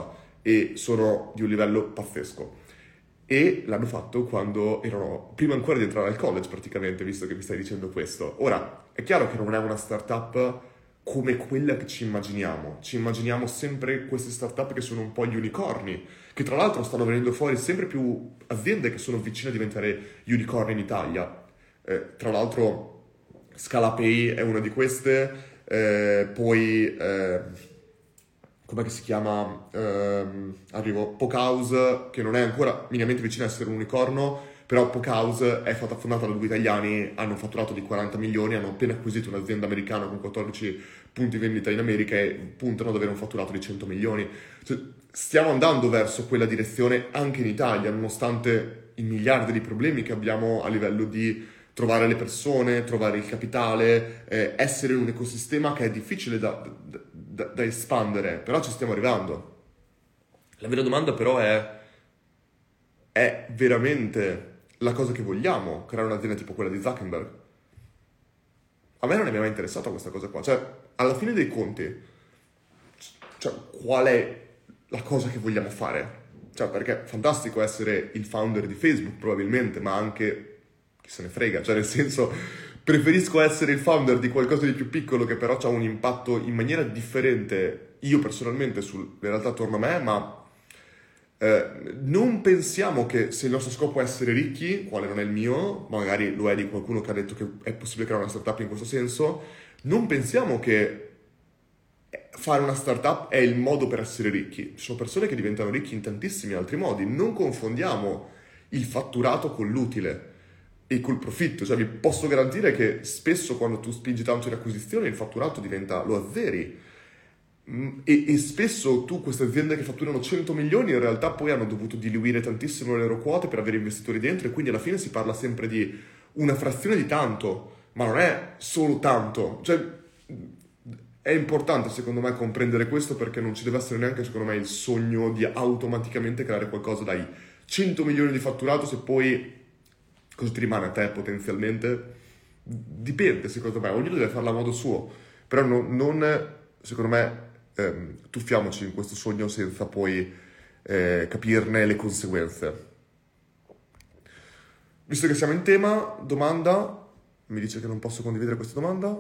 e sono di un livello pazzesco. E l'hanno fatto quando erano, prima ancora di entrare al college praticamente, visto che mi stai dicendo questo. Ora, è chiaro che non è una startup come quella che ci immaginiamo. Ci immaginiamo sempre queste startup che sono un po' gli unicorni, che tra l'altro stanno venendo fuori sempre più aziende che sono vicine a diventare unicorni in Italia. Eh, tra l'altro Scalapay è una di queste, eh, poi... Eh, com'è che si chiama? Ehm, arrivo, Pokehouse, che non è ancora minimamente vicino a essere un unicorno, però Pokehouse è stata fondata da due italiani, hanno un fatturato di quaranta milioni, hanno appena acquisito un'azienda americana con quattordici punti vendita in America e puntano ad avere un fatturato di cento milioni. Cioè, stiamo andando verso quella direzione anche in Italia, nonostante i miliardi di problemi che abbiamo a livello di trovare le persone, trovare il capitale, eh, essere un ecosistema che è difficile da, da, da, da espandere, però ci stiamo arrivando. La vera domanda però è, è veramente la cosa che vogliamo, creare un'azienda tipo quella di Zuckerberg? A me non è mai interessato questa cosa qua, cioè alla fine dei conti, cioè, qual è la cosa che vogliamo fare? Cioè, perché è fantastico essere il founder di Facebook probabilmente, ma anche chi se ne frega, cioè nel senso preferisco essere il founder di qualcosa di più piccolo che però ha un impatto in maniera differente io personalmente sulle realtà attorno a me, ma eh, non pensiamo che se il nostro scopo è essere ricchi, quale non è il mio, magari lo è di qualcuno che ha detto che è possibile creare una startup in questo senso, non pensiamo che fare una startup è il modo per essere ricchi. Ci sono persone che diventano ricchi in tantissimi altri modi, non confondiamo il fatturato con l'utile e col profitto, cioè vi posso garantire che spesso quando tu spingi tanto in acquisizione il fatturato diventa, lo azzeri e, e spesso tu queste aziende che fatturano cento milioni in realtà poi hanno dovuto diluire tantissimo le loro quote per avere investitori dentro e quindi alla fine si parla sempre di una frazione di tanto, ma non è solo tanto, cioè è importante secondo me comprendere questo perché non ci deve essere neanche secondo me il sogno di automaticamente creare qualcosa dai cento milioni di fatturato se poi cosa ti rimane a te potenzialmente? Dipende, secondo me, ognuno deve farla a modo suo, però non, non secondo me, ehm, tuffiamoci in questo sogno senza poi eh, capirne le conseguenze. Visto che siamo in tema, domanda, mi dice che non posso condividere questa domanda?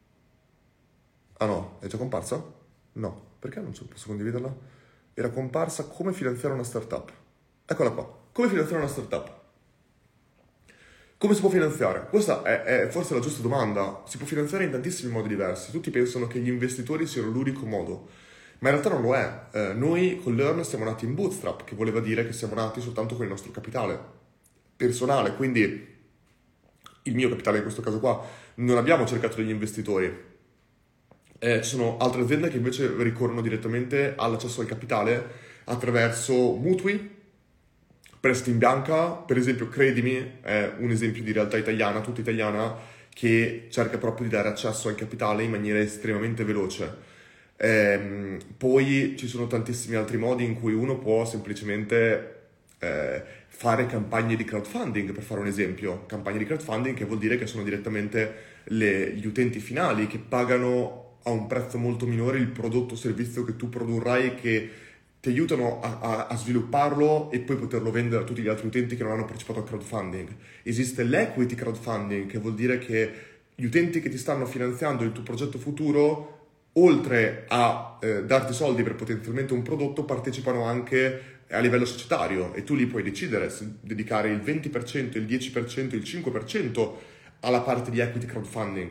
Ah no, è già comparsa? No, perché non posso condividerla? Era comparsa come finanziare una startup. Eccola qua, come finanziare una startup. Come si può finanziare? Questa è, è forse la giusta domanda. Si può finanziare in tantissimi modi diversi. Tutti pensano che gli investitori siano l'unico modo, ma in realtà non lo è. Eh, noi con Learn siamo nati in bootstrap, che voleva dire che siamo nati soltanto con il nostro capitale personale, quindi il mio capitale in questo caso qua. Non abbiamo cercato degli investitori. Eh, ci sono altre aziende che invece ricorrono direttamente all'accesso al capitale attraverso mutui, prestiti in bianca, per esempio Credimi è un esempio di realtà italiana, tutta italiana, che cerca proprio di dare accesso al capitale in maniera estremamente veloce. Ehm, poi ci sono tantissimi altri modi in cui uno può semplicemente eh, fare campagne di crowdfunding, per fare un esempio. Campagne di crowdfunding che vuol dire che sono direttamente le, gli utenti finali che pagano a un prezzo molto minore il prodotto o servizio che tu produrrai che ti aiutano a, a, a svilupparlo e poi poterlo vendere a tutti gli altri utenti che non hanno partecipato al crowdfunding. Esiste l'equity crowdfunding, che vuol dire che gli utenti che ti stanno finanziando il tuo progetto futuro, oltre a eh, darti soldi per potenzialmente un prodotto, partecipano anche a livello societario e tu lì puoi decidere se dedicare il venti per cento, il dieci per cento, il cinque per cento alla parte di equity crowdfunding.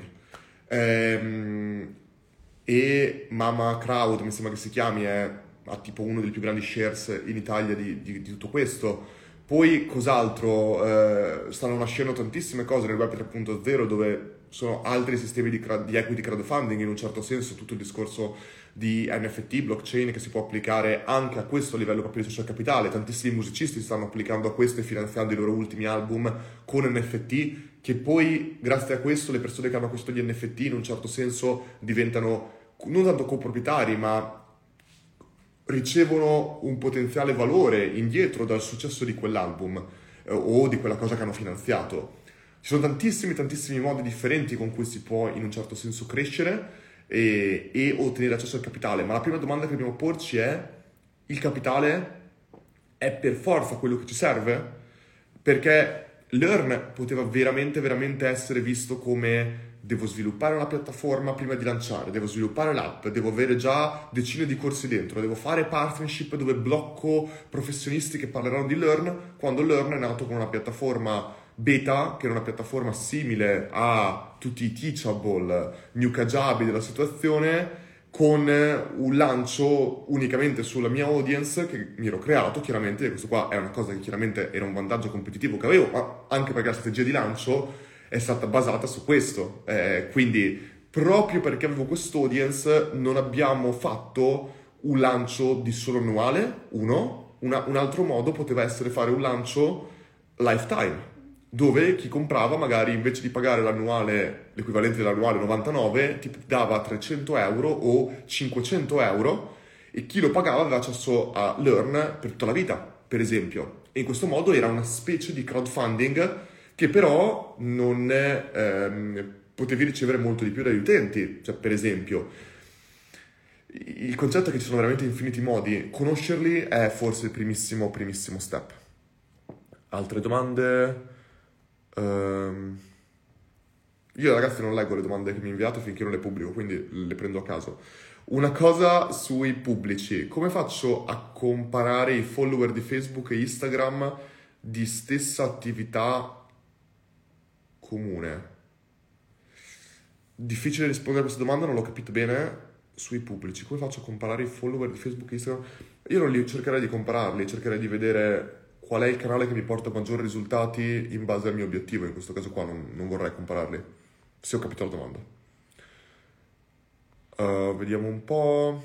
Ehm, e Mama Crowd, mi sembra che si chiami, è ha tipo uno dei più grandi shares in Italia di, di, di tutto questo. Poi cos'altro? Eh, stanno nascendo tantissime cose nel web tre punto zero dove sono altri sistemi di, di equity crowdfunding, in un certo senso tutto il discorso di N F T, blockchain, che si può applicare anche a questo livello proprio di social capitale. Tantissimi musicisti stanno applicando a questo e finanziando i loro ultimi album con N F T, che poi grazie a questo le persone che hanno acquistato gli N F T in un certo senso diventano non tanto coproprietari ma ricevono un potenziale valore indietro dal successo di quell'album eh, o di quella cosa che hanno finanziato. Ci sono tantissimi, tantissimi modi differenti con cui si può in un certo senso crescere e, e ottenere accesso al capitale, ma la prima domanda che dobbiamo porci è: il capitale è per forza quello che ci serve, perché Learn poteva veramente, veramente essere visto come devo sviluppare una piattaforma prima di lanciare, devo sviluppare l'app, devo avere già decine di corsi dentro, devo fare partnership dove blocco professionisti che parleranno di Learn, quando Learn è nato con una piattaforma beta, che era una piattaforma simile a tutti i Teachable, New Kajabi della situazione, con un lancio unicamente sulla mia audience che mi ero creato, chiaramente, e questo qua è una cosa che chiaramente era un vantaggio competitivo che avevo, ma anche perché la strategia di lancio è stata basata su questo. Eh, quindi, proprio perché avevo quest'audience, non abbiamo fatto un lancio di solo annuale, uno. Una, un altro modo poteva essere fare un lancio lifetime, dove chi comprava magari invece di pagare l'annuale, l'equivalente dell'annuale novantanove, ti dava trecento euro o cinquecento euro, e chi lo pagava aveva accesso a Learn per tutta la vita, per esempio. E in questo modo era una specie di crowdfunding che però non ehm, potevi ricevere molto di più dagli utenti. Cioè, per esempio, il concetto è che ci sono veramente infiniti modi, conoscerli è forse il primissimo, primissimo step. Altre domande? Um, io ragazzi non leggo le domande che mi inviate finché non le pubblico, quindi le prendo a caso. Una cosa sui pubblici: come faccio a comparare i follower di Facebook e Instagram di stessa attività comune? Difficile rispondere a questa domanda, non l'ho capito bene. Sui pubblici, come faccio a comparare i follower di Facebook e Instagram? Io non li cercherei di compararli, cercherei di vedere qual è il canale che mi porta maggiori risultati in base al mio obiettivo. In questo caso qua non, non vorrei compararli, se ho capito la domanda. Uh, vediamo un po'.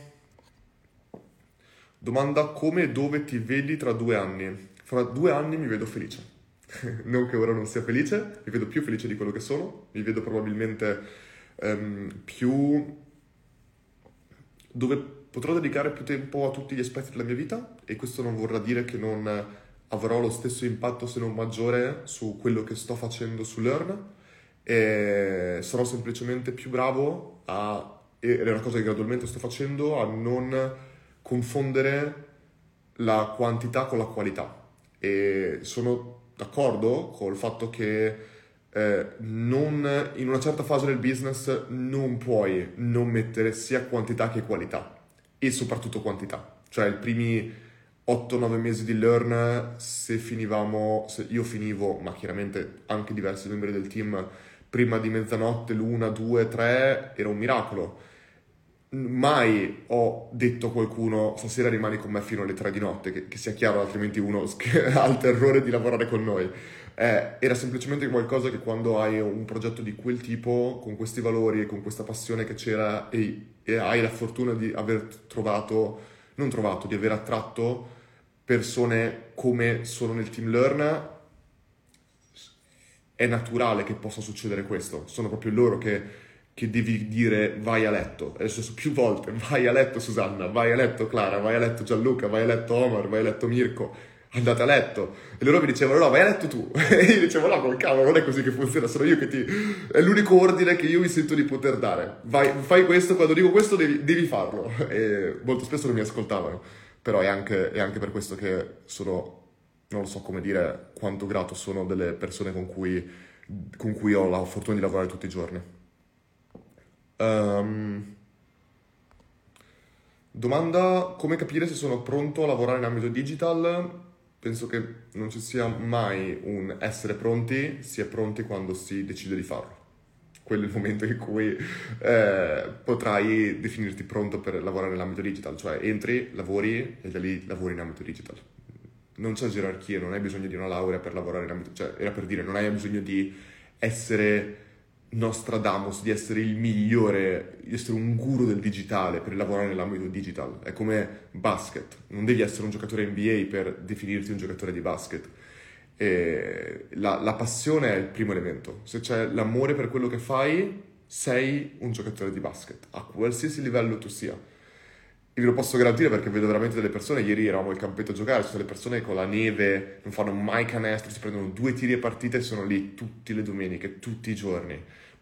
Domanda: come e dove ti vedi tra due anni? Fra due anni mi vedo felice. Non che ora non sia felice, mi vedo più felice di quello che sono, mi vedo probabilmente um, più... dove potrò dedicare più tempo a tutti gli aspetti della mia vita, e questo non vorrà dire che non avrò lo stesso impatto, se non maggiore, su quello che sto facendo su Learn, e sarò semplicemente più bravo a, ed è una cosa che gradualmente sto facendo, a non confondere la quantità con la qualità. E sono d'accordo col fatto che eh, non, in una certa fase del business non puoi non mettere sia quantità che qualità, e soprattutto quantità. Cioè, i primi otto nove mesi di Learn, se finivamo, se io finivo, ma chiaramente anche diversi membri del team, prima di mezzanotte, l'una, due, tre, era un miracolo. Mai ho detto a qualcuno stasera rimani con me fino alle tre di notte, che, che sia chiaro, altrimenti uno ha il terrore di lavorare con noi. Eh, era semplicemente qualcosa che, quando hai un progetto di quel tipo, con questi valori e con questa passione che c'era, e, e hai la fortuna di aver trovato, non trovato, di aver attratto persone come sono nel team Learn, è naturale che possa succedere questo. Sono proprio loro che che devi dire vai a letto, è successo più volte, vai a letto Susanna, vai a letto Clara, vai a letto Gianluca, vai a letto Omar, vai a letto Mirko, andate a letto. E loro mi dicevano no, vai a letto tu, e io dicevo no, col cavolo, non è così che funziona, sono io che ti... è l'unico ordine che io mi sento di poter dare, vai, fai questo, quando dico questo devi, devi farlo, e molto spesso non mi ascoltavano, però è anche, è anche per questo che sono, non lo so come dire, quanto grato sono delle persone con cui, con cui ho la fortuna di lavorare tutti i giorni. Um, domanda: come capire se sono pronto a lavorare in ambito digital? Penso che non ci sia mai un essere pronti, si è pronti quando si decide di farlo. Quello è il momento in cui eh, potrai definirti pronto per lavorare nell'ambito digital, cioè entri, lavori e da lì lavori in ambito digital. Non c'è gerarchia, non hai bisogno di una laurea per lavorare in ambito, cioè era per dire, non hai bisogno di essere Nostradamus, di essere il migliore, di essere un guru del digitale per lavorare nell'ambito digital. È come basket, non devi essere un giocatore N B A per definirti un giocatore di basket. E la, la passione è il primo elemento. Se c'è l'amore per quello che fai, sei un giocatore di basket, a qualsiasi livello tu sia. E ve lo posso garantire perché vedo veramente delle persone, ieri eravamo al campetto a giocare, ci sono delle persone che con la neve non fanno mai canestro, si prendono due tiri a partita e sono lì tutte le domeniche, tutti i giorni.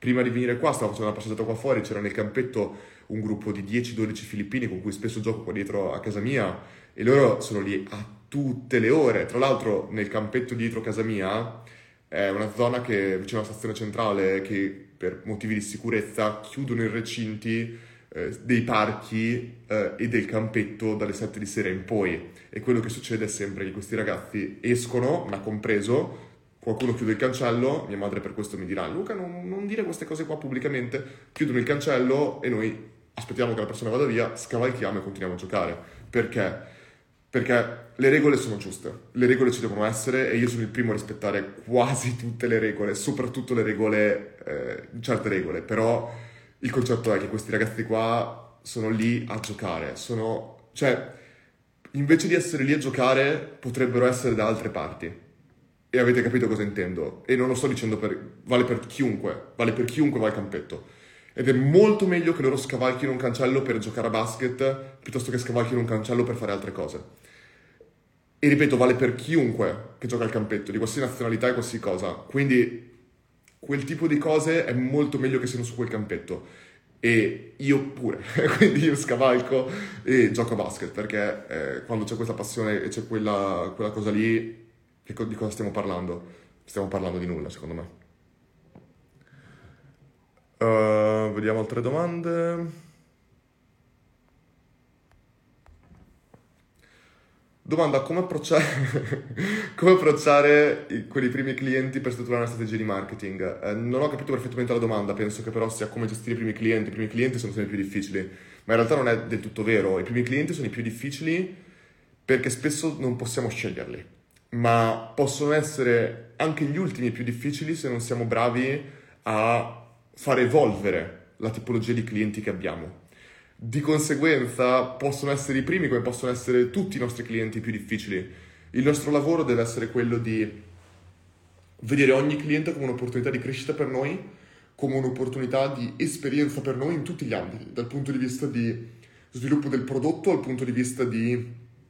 prima di venire qua stavo facendo una passeggiata qua fuori, c'era nel campetto un gruppo di dieci dodici filippini con cui spesso gioco qua dietro a casa mia e loro sono lì a tutte le ore. Tra l'altro nel campetto dietro casa mia è una zona che vicino alla stazione centrale che per motivi di sicurezza chiudono i recinti eh, dei parchi eh, e del campetto dalle sette di sera in poi. E quello che succede è sempre che questi ragazzi escono, ma compreso, qualcuno chiude il cancello, mia madre per questo mi dirà Luca non, non dire queste cose qua pubblicamente, chiudono il cancello e noi aspettiamo che la persona vada via, scavalchiamo e continuiamo a giocare. Perché? Perché le regole sono giuste, le regole ci devono essere e io sono il primo a rispettare quasi tutte le regole, soprattutto le regole, eh, certe regole, però il concetto è che questi ragazzi qua sono lì a giocare, sono, cioè, invece di essere lì a giocare potrebbero essere da altre parti. E avete capito cosa intendo? E non lo sto dicendo per, vale per chiunque, vale per chiunque va al campetto. Ed è molto meglio che loro scavalchino un cancello per giocare a basket piuttosto che scavalchino un cancello per fare altre cose. E ripeto, vale per chiunque che gioca al campetto, di qualsiasi nazionalità e qualsiasi cosa. Quindi quel tipo di cose è molto meglio che siano su quel campetto. E io pure, quindi io scavalco e gioco a basket, perché eh, quando c'è questa passione e c'è quella, quella cosa lì, che co- di cosa stiamo parlando? Stiamo parlando di nulla, secondo me. Uh, vediamo altre domande. Domanda, come approcciare, come approcciare i- quelli primi clienti per strutturare una strategia di marketing? Eh, non ho capito perfettamente la domanda, penso che però sia come gestire i primi clienti. I primi clienti sono sempre i più difficili, ma in realtà non è del tutto vero. I primi clienti sono i più difficili perché spesso non possiamo sceglierli, ma possono essere anche gli ultimi più difficili se non siamo bravi a far evolvere la tipologia di clienti che abbiamo. Di conseguenza possono essere i primi come possono essere tutti i nostri clienti più difficili. Il nostro lavoro deve essere quello di vedere ogni cliente come un'opportunità di crescita per noi, come un'opportunità di esperienza per noi in tutti gli ambiti, dal punto di vista di sviluppo del prodotto, al punto di vista di,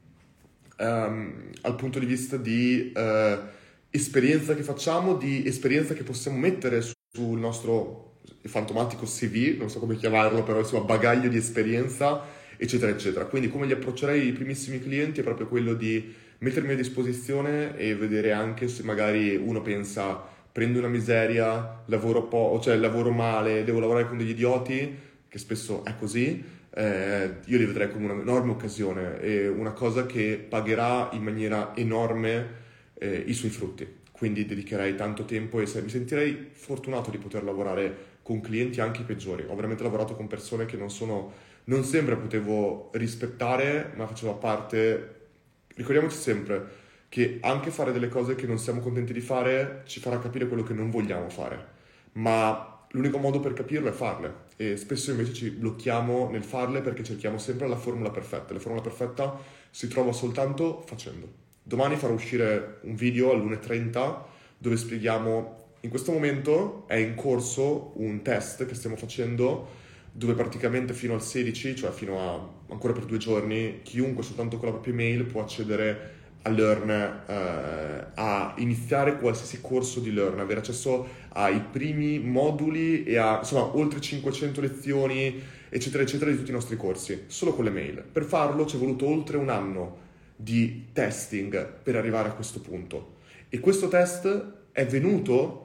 ehm, al punto di vista di eh, esperienza che facciamo, di esperienza che possiamo mettere su- sul nostro fantomatico C V, non so come chiamarlo, però insomma bagaglio di esperienza, eccetera, eccetera. Quindi come li approccerei i primissimi clienti è proprio quello di mettermi a disposizione e vedere anche se magari uno pensa prendo una miseria, lavoro po', cioè lavoro male, devo lavorare con degli idioti, che spesso è così, eh, io li vedrei come un'enorme occasione e una cosa che pagherà in maniera enorme eh, i suoi frutti. Quindi dedicherei tanto tempo e se- mi sentirei fortunato di poter lavorare con clienti anche i peggiori. Ho veramente lavorato con persone che non sono, non sempre potevo rispettare, ma faceva parte. Ricordiamoci sempre che anche fare delle cose che non siamo contenti di fare ci farà capire quello che non vogliamo fare, ma l'unico modo per capirlo è farle e spesso invece ci blocchiamo nel farle perché cerchiamo sempre la formula perfetta. La formula perfetta si trova soltanto facendo. Domani farò uscire un video all'una e trenta dove spieghiamo, in questo momento è in corso un test che stiamo facendo dove praticamente fino al sedici, cioè fino a ancora per due giorni, chiunque soltanto con la propria email può accedere a Learn, eh, a iniziare qualsiasi corso di Learn, avere accesso ai primi moduli e a insomma oltre cinquecento lezioni, eccetera, eccetera, di tutti i nostri corsi, solo con le mail. Per farlo ci è voluto oltre un anno di testing per arrivare a questo punto. E questo test è venuto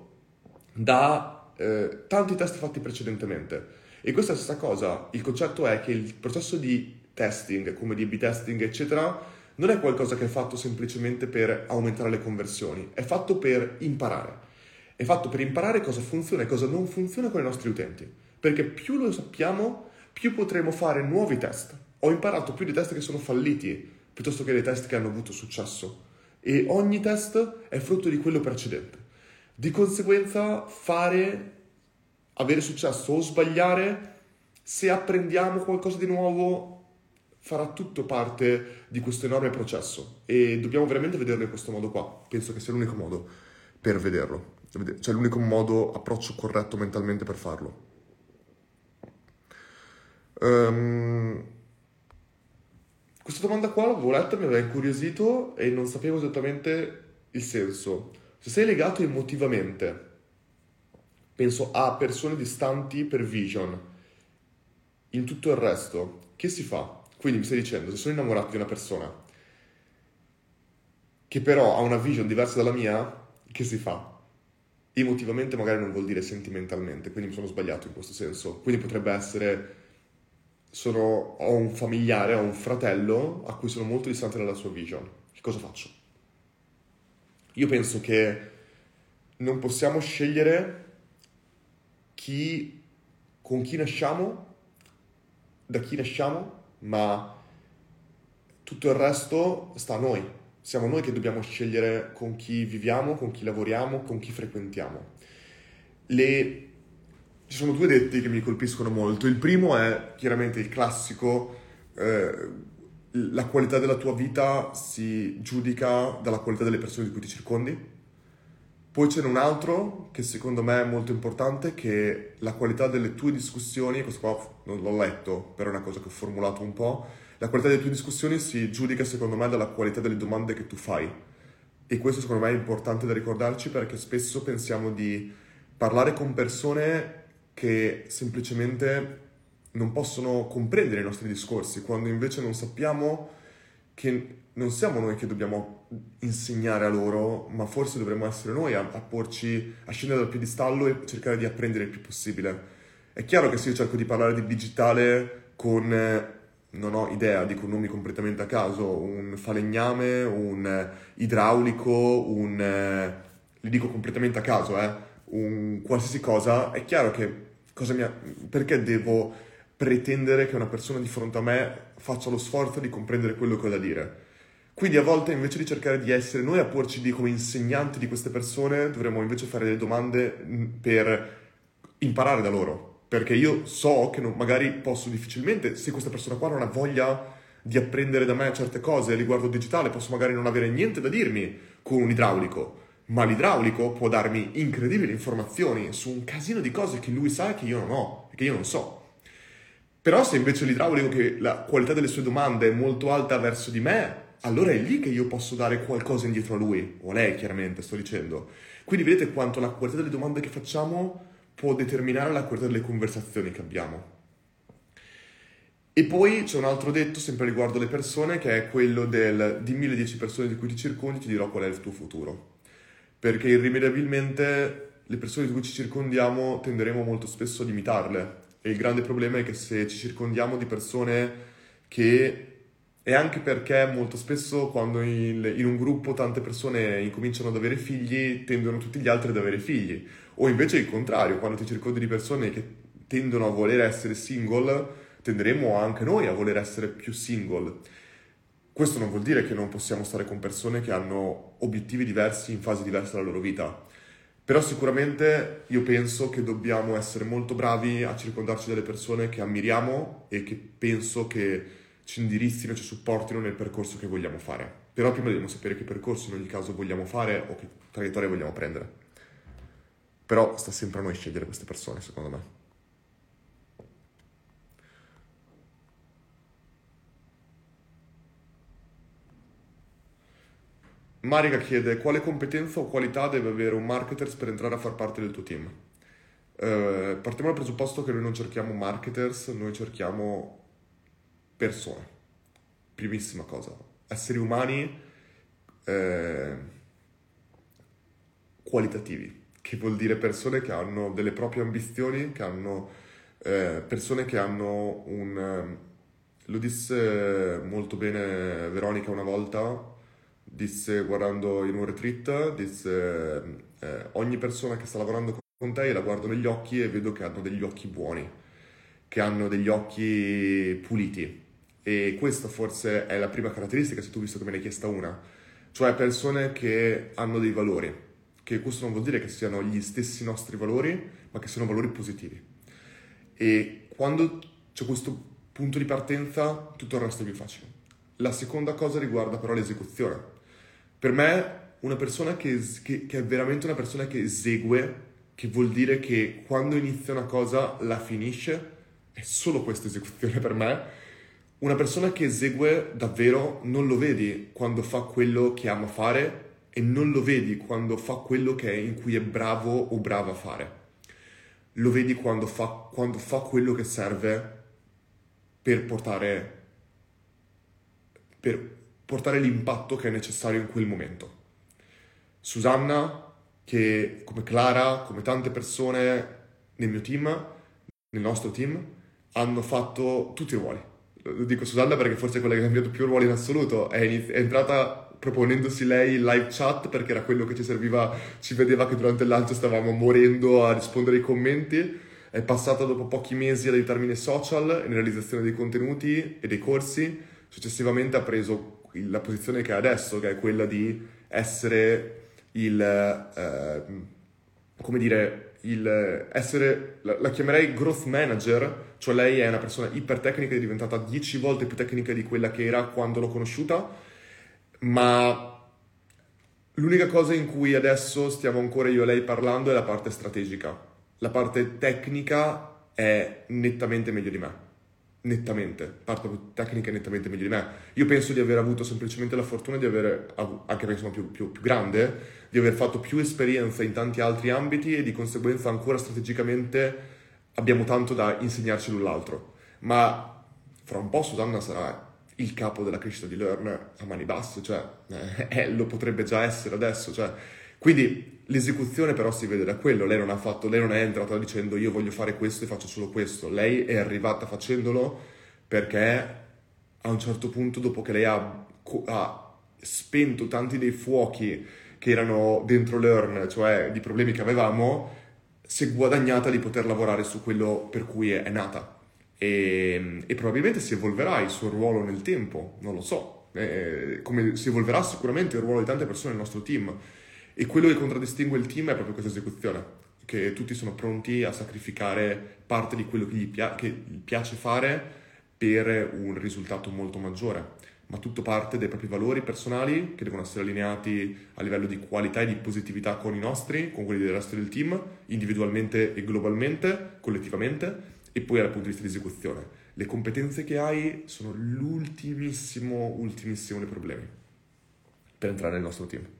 da eh, tanti test fatti precedentemente. E questa è la stessa cosa. Il concetto è che il processo di testing, come di A B testing, eccetera, non è qualcosa che è fatto semplicemente per aumentare le conversioni, è fatto per imparare. È fatto per imparare cosa funziona e cosa non funziona con i nostri utenti. Perché più lo sappiamo, più potremo fare nuovi test. Ho imparato più dei test che sono falliti piuttosto che dei test che hanno avuto successo. E ogni test è frutto di quello precedente. Di conseguenza, fare, avere successo o sbagliare, se apprendiamo qualcosa di nuovo, farà tutto parte di questo enorme processo. E dobbiamo veramente vederlo in questo modo qua. Penso che sia l'unico modo per vederlo. Cioè l'unico modo, approccio corretto mentalmente per farlo. Ehm, Questa domanda qua l'avevo letta, mi aveva incuriosito e non sapevo esattamente il senso. Se sei legato emotivamente penso a persone distanti per vision. In tutto il resto, che si fa? Quindi mi stai dicendo, se sono innamorato di una persona che però ha una vision diversa dalla mia, che si fa? Emotivamente magari non vuol dire sentimentalmente, quindi mi sono sbagliato in questo senso. Quindi potrebbe essere, sono, ho un familiare, ho un fratello a cui sono molto distante dalla sua vision. Che cosa faccio? Io penso che non possiamo scegliere chi, con chi nasciamo, da chi nasciamo, ma tutto il resto sta a noi. Siamo noi che dobbiamo scegliere con chi viviamo, con chi lavoriamo, con chi frequentiamo. Le... Ci sono due detti che mi colpiscono molto. Il primo è chiaramente il classico, eh, la qualità della tua vita si giudica dalla qualità delle persone di cui ti circondi. Poi c'è un altro che secondo me è molto importante, che la qualità delle tue discussioni, questo qua non l'ho letto, però è una cosa che ho formulato un po', la qualità delle tue discussioni si giudica secondo me dalla qualità delle domande che tu fai. E questo secondo me è importante da ricordarci, perché spesso pensiamo di parlare con persone che semplicemente non possono comprendere i nostri discorsi, quando invece non sappiamo che non siamo noi che dobbiamo insegnare a loro, ma forse dovremmo essere noi a, a porci, a scendere dal piedistallo e cercare di apprendere il più possibile. È chiaro che se io cerco di parlare di digitale con, eh, non ho idea, dico nomi completamente a caso, un falegname, un eh, idraulico, un, eh, li dico completamente a caso, eh, un qualsiasi cosa, è chiaro che cosa mi ha- perché devo pretendere che una persona di fronte a me faccia lo sforzo di comprendere quello che ho da dire. Quindi a volte invece di cercare di essere noi a porci di, come insegnanti di queste persone, dovremmo invece fare delle domande mh, per imparare da loro. Perché io so che non- magari posso difficilmente, se questa persona qua non ha voglia di apprendere da me certe cose riguardo digitale, posso magari non avere niente da dirmi con un idraulico, ma l'idraulico può darmi incredibili informazioni su un casino di cose che lui sa e che io non ho, e che io non so. Però se invece l'idraulico, che la qualità delle sue domande è molto alta verso di me, allora è lì che io posso dare qualcosa indietro a lui, o a lei chiaramente, sto dicendo. Quindi vedete quanto la qualità delle domande che facciamo può determinare la qualità delle conversazioni che abbiamo. E poi c'è un altro detto, sempre riguardo le persone, che è quello del dimmi le dieci persone di cui ti circondi, ti dirò qual è il tuo futuro. Perché irrimediabilmente le persone di cui ci circondiamo tenderemo molto spesso ad imitarle. E il grande problema è che se ci circondiamo di persone che... E anche perché molto spesso quando in, in un gruppo tante persone incominciano ad avere figli, tendono tutti gli altri ad avere figli. O invece il contrario, quando ti circondi di persone che tendono a voler essere single, tenderemo anche noi a voler essere più single. Questo non vuol dire che non possiamo stare con persone che hanno obiettivi diversi in fasi diverse della loro vita. Però sicuramente io penso che dobbiamo essere molto bravi a circondarci delle persone che ammiriamo e che penso che ci indirizzino, ci supportino nel percorso che vogliamo fare. Però prima dobbiamo sapere che percorso in ogni caso vogliamo fare o che traiettoria vogliamo prendere. Però sta sempre a noi scegliere queste persone, secondo me. Marica chiede quale competenza o qualità deve avere un marketer per entrare a far parte del tuo team. Eh, partiamo dal presupposto che noi non cerchiamo marketers, noi cerchiamo persone. Primissima cosa. Esseri umani eh, qualitativi, che vuol dire persone che hanno delle proprie ambizioni, che hanno eh, persone che hanno un... eh, lo disse molto bene Veronica una volta, disse guardando in un retreat, disse eh, ogni persona che sta lavorando con te io la guardo negli occhi e vedo che hanno degli occhi buoni, che hanno degli occhi puliti. E questa forse è la prima caratteristica, se tu visto che me ne hai chiesta una, cioè persone che hanno dei valori, che questo non vuol dire che siano gli stessi nostri valori, ma che siano valori positivi. E quando c'è questo punto di partenza, tutto il resto è più facile. La seconda cosa riguarda però l'esecuzione. Per me, una persona che, che, che è veramente una persona che esegue, che vuol dire che quando inizia una cosa la finisce, è solo questa esecuzione per me. Una persona che esegue davvero non lo vedi quando fa quello che ama fare e non lo vedi quando fa quello che è, in cui è bravo o brava a fare. lo vedi quando fa, quando fa quello che serve per portare, per portare l'impatto che è necessario in quel momento. Susanna, che come Clara, come tante persone nel mio team, nel nostro team, hanno fatto tutti i ruoli. Lo dico Susanna perché forse è quella che ha cambiato più ruoli in assoluto. È, iniz- è entrata proponendosi lei il live chat perché era quello che ci serviva, ci vedeva che durante il lancio stavamo morendo a rispondere ai commenti. È passata dopo pochi mesi ad aiutarmi nei social e nella realizzazione dei contenuti e dei corsi. Successivamente ha preso la posizione che ha adesso, che è quella di essere il, eh, come dire, il essere, la, la chiamerei growth manager, cioè lei è una persona ipertecnica, è diventata dieci volte più tecnica di quella che era quando l'ho conosciuta, ma l'unica cosa in cui adesso stiamo ancora io e lei parlando è la parte strategica. La parte tecnica è nettamente meglio di me. Nettamente, parte tecnica è nettamente meglio di me. Io penso di aver avuto semplicemente la fortuna di avere, anche perché sono più, più, più grande, di aver fatto più esperienza in tanti altri ambiti e di conseguenza ancora strategicamente abbiamo tanto da insegnarci l'un l'altro. Ma fra un po' Susanna sarà il capo della crescita di Learn a mani basse, cioè eh, lo potrebbe già essere adesso, cioè. Quindi l'esecuzione però si vede da quello. Lei non ha fatto, lei non è entrata dicendo io voglio fare questo e faccio solo questo. Lei è arrivata facendolo perché a un certo punto, dopo che lei ha, ha spento tanti dei fuochi che erano dentro Learn, cioè di problemi che avevamo, si è guadagnata di poter lavorare su quello per cui è, è nata. E, e probabilmente si evolverà il suo ruolo nel tempo, non lo so, eh, come si evolverà sicuramente il ruolo di tante persone nel nostro team. E quello che contraddistingue il team è proprio questa esecuzione, che tutti sono pronti a sacrificare parte di quello che gli, pia- che gli piace fare per un risultato molto maggiore, ma tutto parte dai propri valori personali che devono essere allineati a livello di qualità e di positività con i nostri, con quelli del resto del team, individualmente e globalmente, collettivamente, e poi dal punto di vista di esecuzione. Le competenze che hai sono l'ultimissimo, ultimissimo dei problemi per entrare nel nostro team.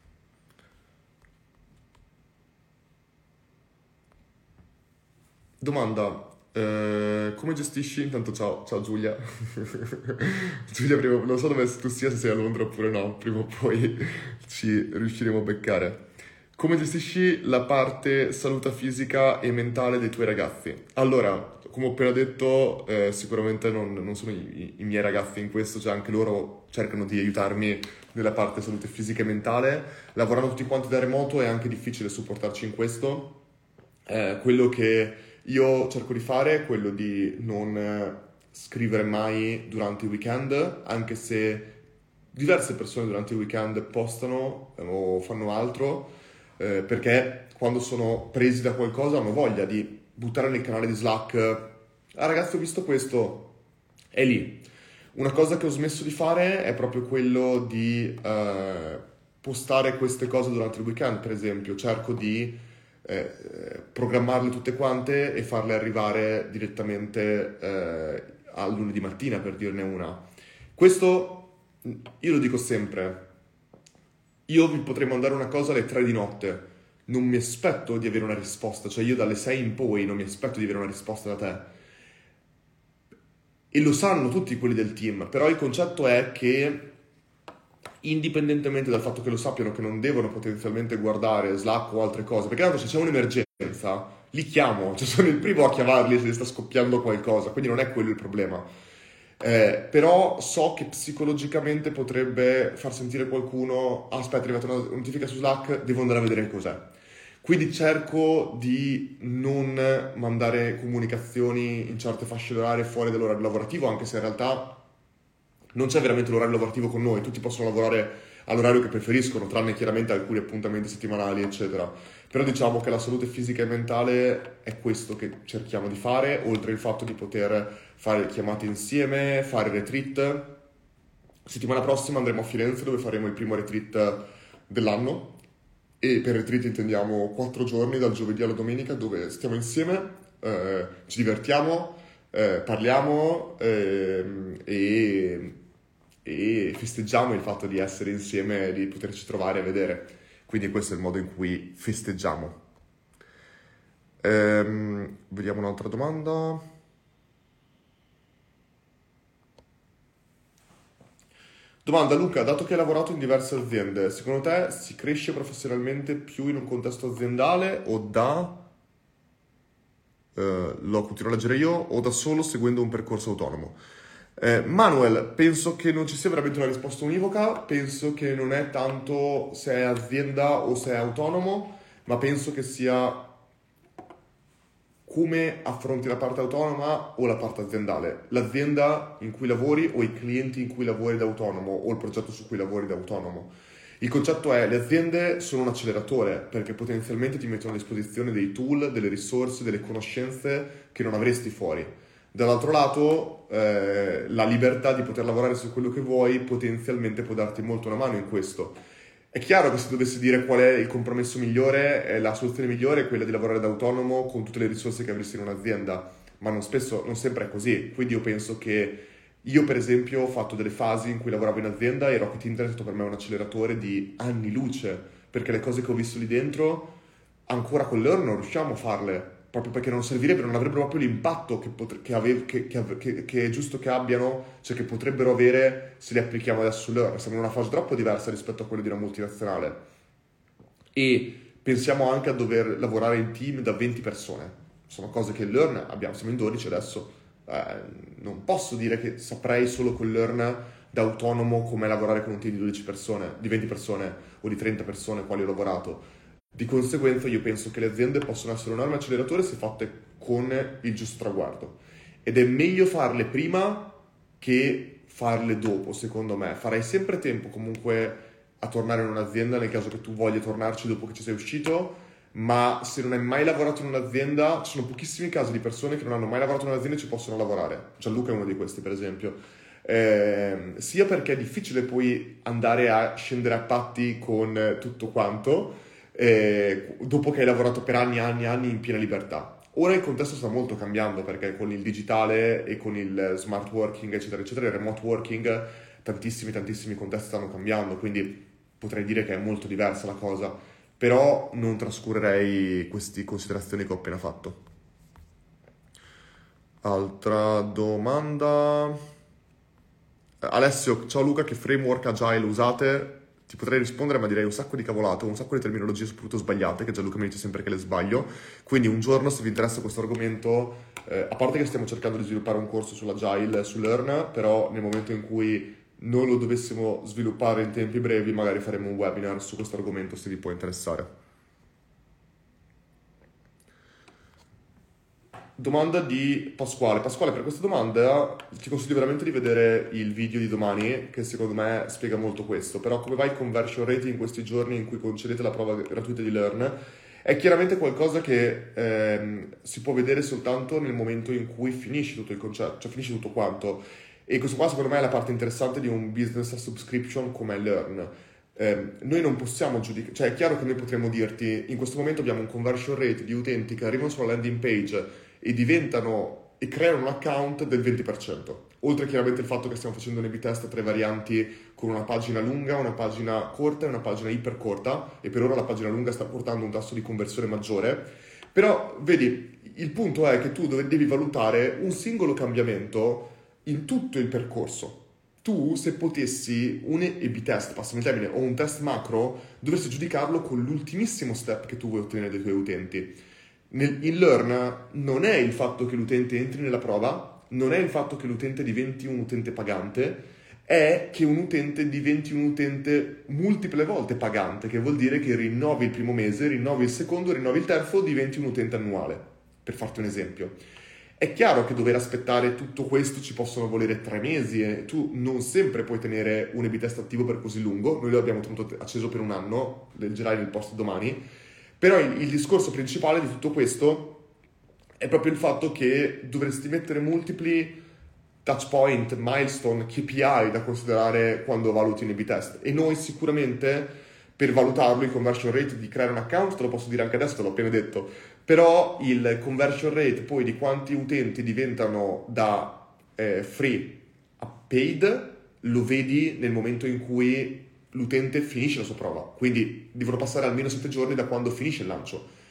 Domanda, eh, come gestisci? Intanto ciao, ciao Giulia. Giulia, prima, non so dove tu sia, se sei a Londra oppure no, prima o poi ci riusciremo a beccare. Come gestisci la parte salute fisica e mentale dei tuoi ragazzi? Allora, come ho appena detto, eh, sicuramente non, non sono i, i miei ragazzi in questo, cioè anche loro cercano di aiutarmi nella parte salute fisica e mentale. Lavorando tutti quanti da remoto è anche difficile supportarci in questo. Eh, quello che io cerco di fare è quello di non eh, scrivere mai durante i weekend, anche se diverse persone durante i weekend postano eh, o fanno altro, eh, perché quando sono presi da qualcosa hanno voglia di buttare nel canale di Slack, ah ragazzi ho visto questo, è lì. Una cosa che ho smesso di fare è proprio quello di eh, postare queste cose durante il weekend, per esempio, cerco di eh, programmarle tutte quante e farle arrivare direttamente eh, al lunedì mattina, per dirne una. Questo io lo dico sempre, io vi potrei mandare una cosa alle tre di notte, non mi aspetto di avere una risposta, cioè io dalle sei in poi non mi aspetto di avere una risposta da te. E lo sanno tutti quelli del team, però il concetto è che indipendentemente dal fatto che lo sappiano che non devono potenzialmente guardare Slack o altre cose, perché tanto se c'è un'emergenza li chiamo, cioè sono il primo a chiamarli se sta scoppiando qualcosa, quindi non è quello il problema. Eh, però so che psicologicamente potrebbe far sentire qualcuno, ah, aspetta, è arrivata una notifica su Slack, devo andare a vedere cos'è. Quindi cerco di non mandare comunicazioni in certe fasce d'orario fuori dall'orario lavorativo, anche se in realtà non c'è veramente l'orario lavorativo con noi, tutti possono lavorare all'orario che preferiscono, tranne chiaramente alcuni appuntamenti settimanali, eccetera. Però diciamo che la salute fisica e mentale è questo che cerchiamo di fare, oltre il fatto di poter fare le chiamate insieme, fare retreat. Settimana prossima andremo a Firenze dove faremo il primo retreat dell'anno e per retreat intendiamo quattro giorni dal giovedì alla domenica dove stiamo insieme, eh, ci divertiamo, eh, parliamo ehm, e, e festeggiamo il fatto di essere insieme e di poterci trovare e vedere. Quindi questo è il modo in cui festeggiamo. Ehm, vediamo un'altra domanda. Domanda Luca, dato che hai lavorato in diverse aziende, secondo te si cresce professionalmente più in un contesto aziendale o da, eh, lo continuo a leggere io, o da solo seguendo un percorso autonomo? Eh, Manuel, penso che non ci sia veramente una risposta univoca, penso che non è tanto se è azienda o se è autonomo, ma penso che sia come affronti la parte autonoma o la parte aziendale. L'azienda in cui lavori o i clienti in cui lavori da autonomo o il progetto su cui lavori da autonomo. Il concetto è, le aziende sono un acceleratore perché potenzialmente ti mettono a disposizione dei tool, delle risorse, delle conoscenze che non avresti fuori. Dall'altro lato, eh, la libertà di poter lavorare su quello che vuoi potenzialmente può darti molto una mano in questo. È chiaro che se dovessi dire qual è il compromesso migliore, eh, la soluzione migliore è quella di lavorare da autonomo con tutte le risorse che avresti in un'azienda, ma non spesso, non sempre è così. Quindi io penso che io, per esempio, ho fatto delle fasi in cui lavoravo in azienda e Rocket Internet è stato per me un acceleratore di anni luce, perché le cose che ho visto lì dentro ancora con loro non riusciamo a farle, proprio perché non servirebbero, non avrebbero proprio l'impatto che, potre- che, ave- che- che ave- che- che è giusto che abbiano, cioè che potrebbero avere se li applichiamo adesso su loro. Siamo in una fase troppo diversa rispetto a quella di una multinazionale. E pensiamo anche a dover lavorare in team da venti persone. Sono cose che in Learn abbiamo, siamo in dodici adesso. Eh, non posso dire che saprei solo con Learn da autonomo come lavorare con un team di dodici persone, di venti persone o di trenta persone quali ho lavorato. Di conseguenza io penso che le aziende possono essere un enorme acceleratore se fatte con il giusto traguardo. Ed è meglio farle prima che farle dopo, secondo me. Farai sempre tempo comunque a tornare in un'azienda nel caso che tu voglia tornarci dopo che ci sei uscito, ma se non hai mai lavorato in un'azienda, ci sono pochissimi casi di persone che non hanno mai lavorato in un'azienda e ci possono lavorare. Gianluca è uno di questi, per esempio. Eh, sia perché è difficile poi andare a scendere a patti con tutto quanto, eh, dopo che hai lavorato per anni e anni e anni in piena libertà. Ora il contesto sta molto cambiando perché con il digitale e con il smart working, eccetera, eccetera, il remote working, tantissimi, tantissimi contesti stanno cambiando, quindi potrei dire che è molto diversa la cosa, però non trascurerei queste considerazioni che ho appena fatto. Altra domanda. Alessio, ciao Luca, che framework agile usate? Ti potrei rispondere, ma direi un sacco di cavolate, un sacco di terminologie soprattutto sbagliate, che Gianluca mi dice sempre che le sbaglio. Quindi un giorno, se vi interessa questo argomento, eh, a parte che stiamo cercando di sviluppare un corso sull'agile, su Learn, però nel momento in cui non lo dovessimo sviluppare in tempi brevi, magari faremo un webinar su questo argomento se vi può interessare. Domanda di Pasquale. Pasquale, per questa domanda ti consiglio veramente di vedere il video di domani, che secondo me spiega molto questo. Però come va il conversion rate in questi giorni in cui concedete la prova gratuita di Learn? È chiaramente qualcosa che ehm, si può vedere soltanto nel momento in cui finisci tutto il concetto, cioè finisci tutto quanto. E questo qua secondo me è la parte interessante di un business a subscription come Learn. Eh, noi non possiamo giudicare, cioè è chiaro che noi potremmo dirti in questo momento abbiamo un conversion rate di utenti che arrivano sulla landing page e diventano e creano un account del venti per cento. Oltre chiaramente il fatto che stiamo facendo un A B test a tre varianti con una pagina lunga, una pagina corta e una pagina ipercorta, e per ora la pagina lunga sta portando un tasso di conversione maggiore. Però vedi, il punto è che tu devi valutare un singolo cambiamento in tutto il percorso. Tu, se potessi un A B test, passami il termine, o un test macro, dovresti giudicarlo con l'ultimissimo step che tu vuoi ottenere dai tuoi utenti. Nel, in Learn non è il fatto che l'utente entri nella prova, non è il fatto che l'utente diventi un utente pagante, è che un utente diventi un utente multiple volte pagante, che vuol dire che rinnovi il primo mese, rinnovi il secondo, rinnovi il terzo, diventi un utente annuale, per farti un esempio. È chiaro che dover aspettare tutto questo ci possono volere tre mesi e tu non sempre puoi tenere un A B test attivo per così lungo, noi lo abbiamo tenuto acceso per un anno, leggerai nel post domani, però il, il discorso principale di tutto questo è proprio il fatto che dovresti mettere multipli touch point, milestone, K P I da considerare quando valuti un A B test. E noi sicuramente per valutarlo, il conversion rate di creare un account, te lo posso dire anche adesso, te l'ho appena detto, però il conversion rate poi di quanti utenti diventano da eh, free a paid lo vedi nel momento in cui l'utente finisce la sua prova. Quindi devono passare almeno sette giorni da quando finisce il lancio.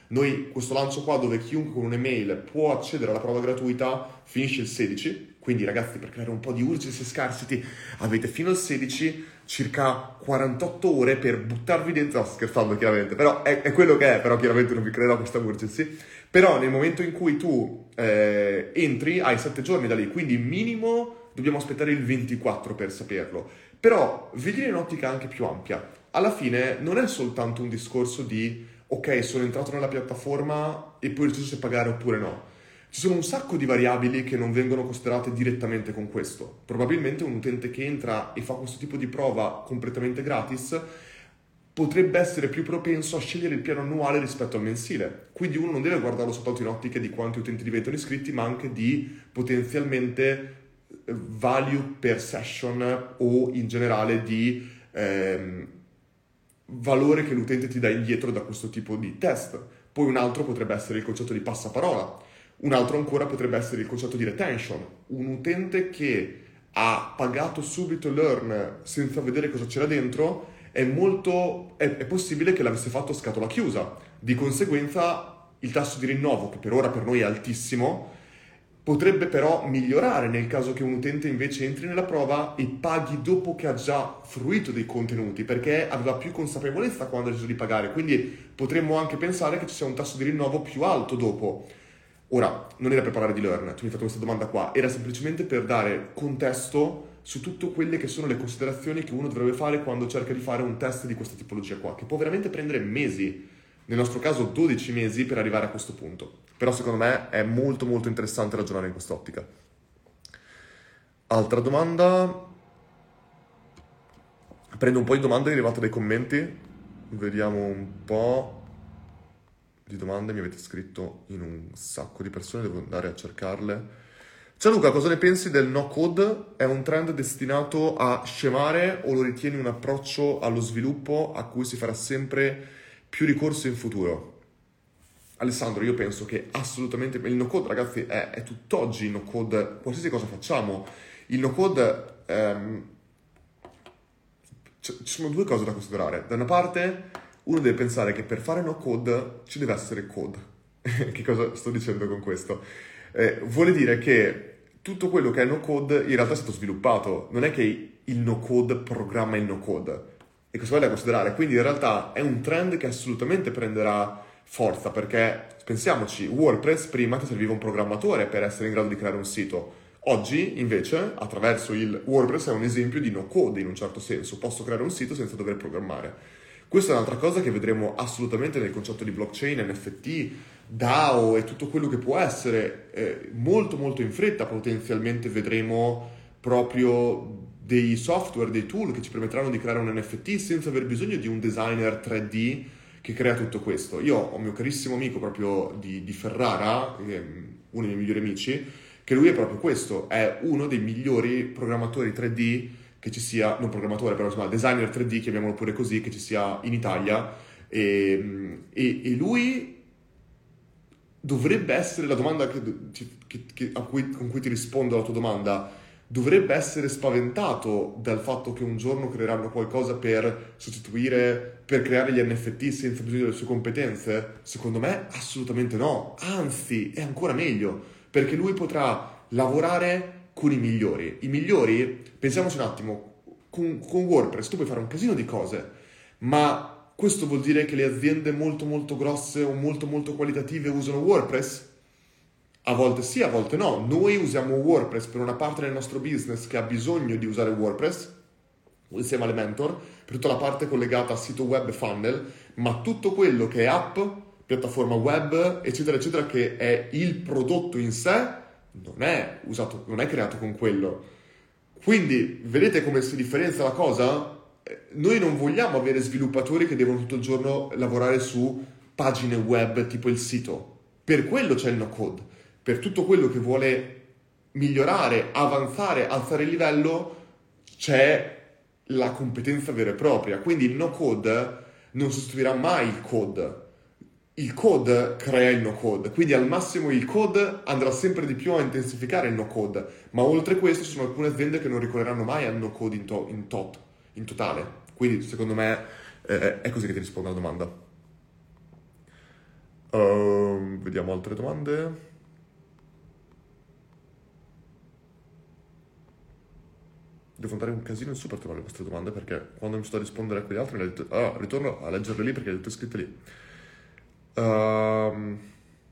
Noi questo lancio qua dove chiunque con un'email può accedere alla prova gratuita finisce il sedici, quindi ragazzi per creare un po' di urgency e scarcity avete fino al sedici circa quarantotto ore per buttarvi dentro, no, scherzando chiaramente, però è, è quello che è, però chiaramente non vi creerò questa urgency, però nel momento in cui tu eh, entri hai sette giorni da lì, quindi minimo dobbiamo aspettare il ventiquattro per saperlo, però vedere in ottica anche più ampia, alla fine non è soltanto un discorso di ok, sono entrato nella piattaforma e poi ho deciso se pagare oppure no. Ci sono un sacco di variabili che non vengono considerate direttamente con questo. Probabilmente un utente che entra e fa questo tipo di prova completamente gratis potrebbe essere più propenso a scegliere il piano annuale rispetto al mensile. Quindi uno non deve guardarlo soltanto in ottica di quanti utenti diventano iscritti, ma anche di potenzialmente value per session o in generale di ehm, valore che l'utente ti dà indietro da questo tipo di test. Poi un altro potrebbe essere il concetto di passaparola. Un altro ancora potrebbe essere il concetto di retention. Un utente che ha pagato subito Learn senza vedere cosa c'era dentro è molto è, è possibile che l'avesse fatto a scatola chiusa. Di conseguenza il tasso di rinnovo, che per ora per noi è altissimo, potrebbe però migliorare nel caso che un utente invece entri nella prova e paghi dopo che ha già fruito dei contenuti, perché aveva più consapevolezza quando ha deciso di pagare. Quindi potremmo anche pensare che ci sia un tasso di rinnovo più alto dopo. Ora, non era per parlare di Learn, tu mi hai fatto questa domanda qua, era semplicemente per dare contesto su tutte quelle che sono le considerazioni che uno dovrebbe fare quando cerca di fare un test di questa tipologia qua, che può veramente prendere mesi, nel nostro caso dodici mesi per arrivare a questo punto. Però secondo me è molto molto interessante ragionare in quest'ottica. Altra domanda. Prendo un po' di domande arrivate dai commenti, vediamo un po' di domande, mi avete scritto in un sacco di persone, devo andare a cercarle. Ciao Luca, cosa ne pensi del no code? È un trend destinato a scemare o lo ritieni un approccio allo sviluppo a cui si farà sempre più ricorso in futuro? Alessandro, io penso che assolutamente il no code, ragazzi, è, è tutt'oggi il no code, qualsiasi cosa facciamo. Il no code, ehm, ci sono due cose da considerare. Da una parte, uno deve pensare che per fare no code ci deve essere code. Che cosa sto dicendo con questo? Eh, vuole dire che tutto quello che è no code in realtà è stato sviluppato, non è che il no code programma il no code, e questo è da considerare. Quindi in realtà è un trend che assolutamente prenderà forza, perché pensiamoci, WordPress prima ti serviva un programmatore per essere in grado di creare un sito. Oggi invece attraverso il WordPress è un esempio di no code in un certo senso, posso creare un sito senza dover programmare. Questa è un'altra cosa che vedremo assolutamente nel concetto di blockchain, N F T, DAO e tutto quello che può essere. Eh, molto molto in fretta potenzialmente vedremo proprio dei software, dei tool che ci permetteranno di creare un N F T senza aver bisogno di un designer tre D che crea tutto questo. Io ho un mio carissimo amico proprio di, di Ferrara, uno dei miei migliori amici, che lui è proprio questo, è uno dei migliori programmatori tre D che ci sia, non programmatore, però insomma designer tre D, chiamiamolo pure così, che ci sia in Italia, e, e, e lui dovrebbe essere, la domanda che, che, che, a cui, con cui ti rispondo alla tua domanda, dovrebbe essere spaventato dal fatto che un giorno creeranno qualcosa per sostituire, per creare gli N F T senza bisogno delle sue competenze? Secondo me assolutamente no, anzi è ancora meglio, perché lui potrà lavorare con i migliori. I migliori, pensiamoci un attimo, con, con WordPress tu puoi fare un casino di cose, ma questo vuol dire che le aziende molto molto grosse o molto molto qualitative usano WordPress? A volte sì, a volte no. Noi usiamo WordPress per una parte del nostro business che ha bisogno di usare WordPress, insieme alle mentor, per tutta la parte collegata a sito web e funnel, ma tutto quello che è app, piattaforma web, eccetera, eccetera, che è il prodotto in sé, non è usato, non è creato con quello. Quindi vedete come si differenzia la cosa? Noi non vogliamo avere sviluppatori che devono tutto il giorno lavorare su pagine web tipo il sito. Per quello c'è il no code. Per tutto quello che vuole migliorare, avanzare, alzare il livello, c'è la competenza vera e propria. Quindi il no code non sostituirà mai il code. Il code crea il no code, quindi al massimo il code andrà sempre di più a intensificare il no code, ma oltre questo ci sono alcune aziende che non ricorreranno mai al no code in, to- in, tot, in totale. Quindi secondo me eh, è così che ti rispondo alla domanda. Ehm, vediamo altre domande. Devo andare un casino in su per trovare le vostre domande perché quando mi sto a rispondere a quegli altri, mi ha detto- ah, ritorno a leggerle lì perché le ho tutte scritte lì. Ehm,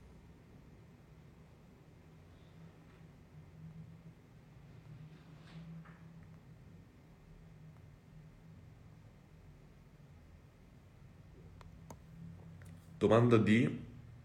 domanda di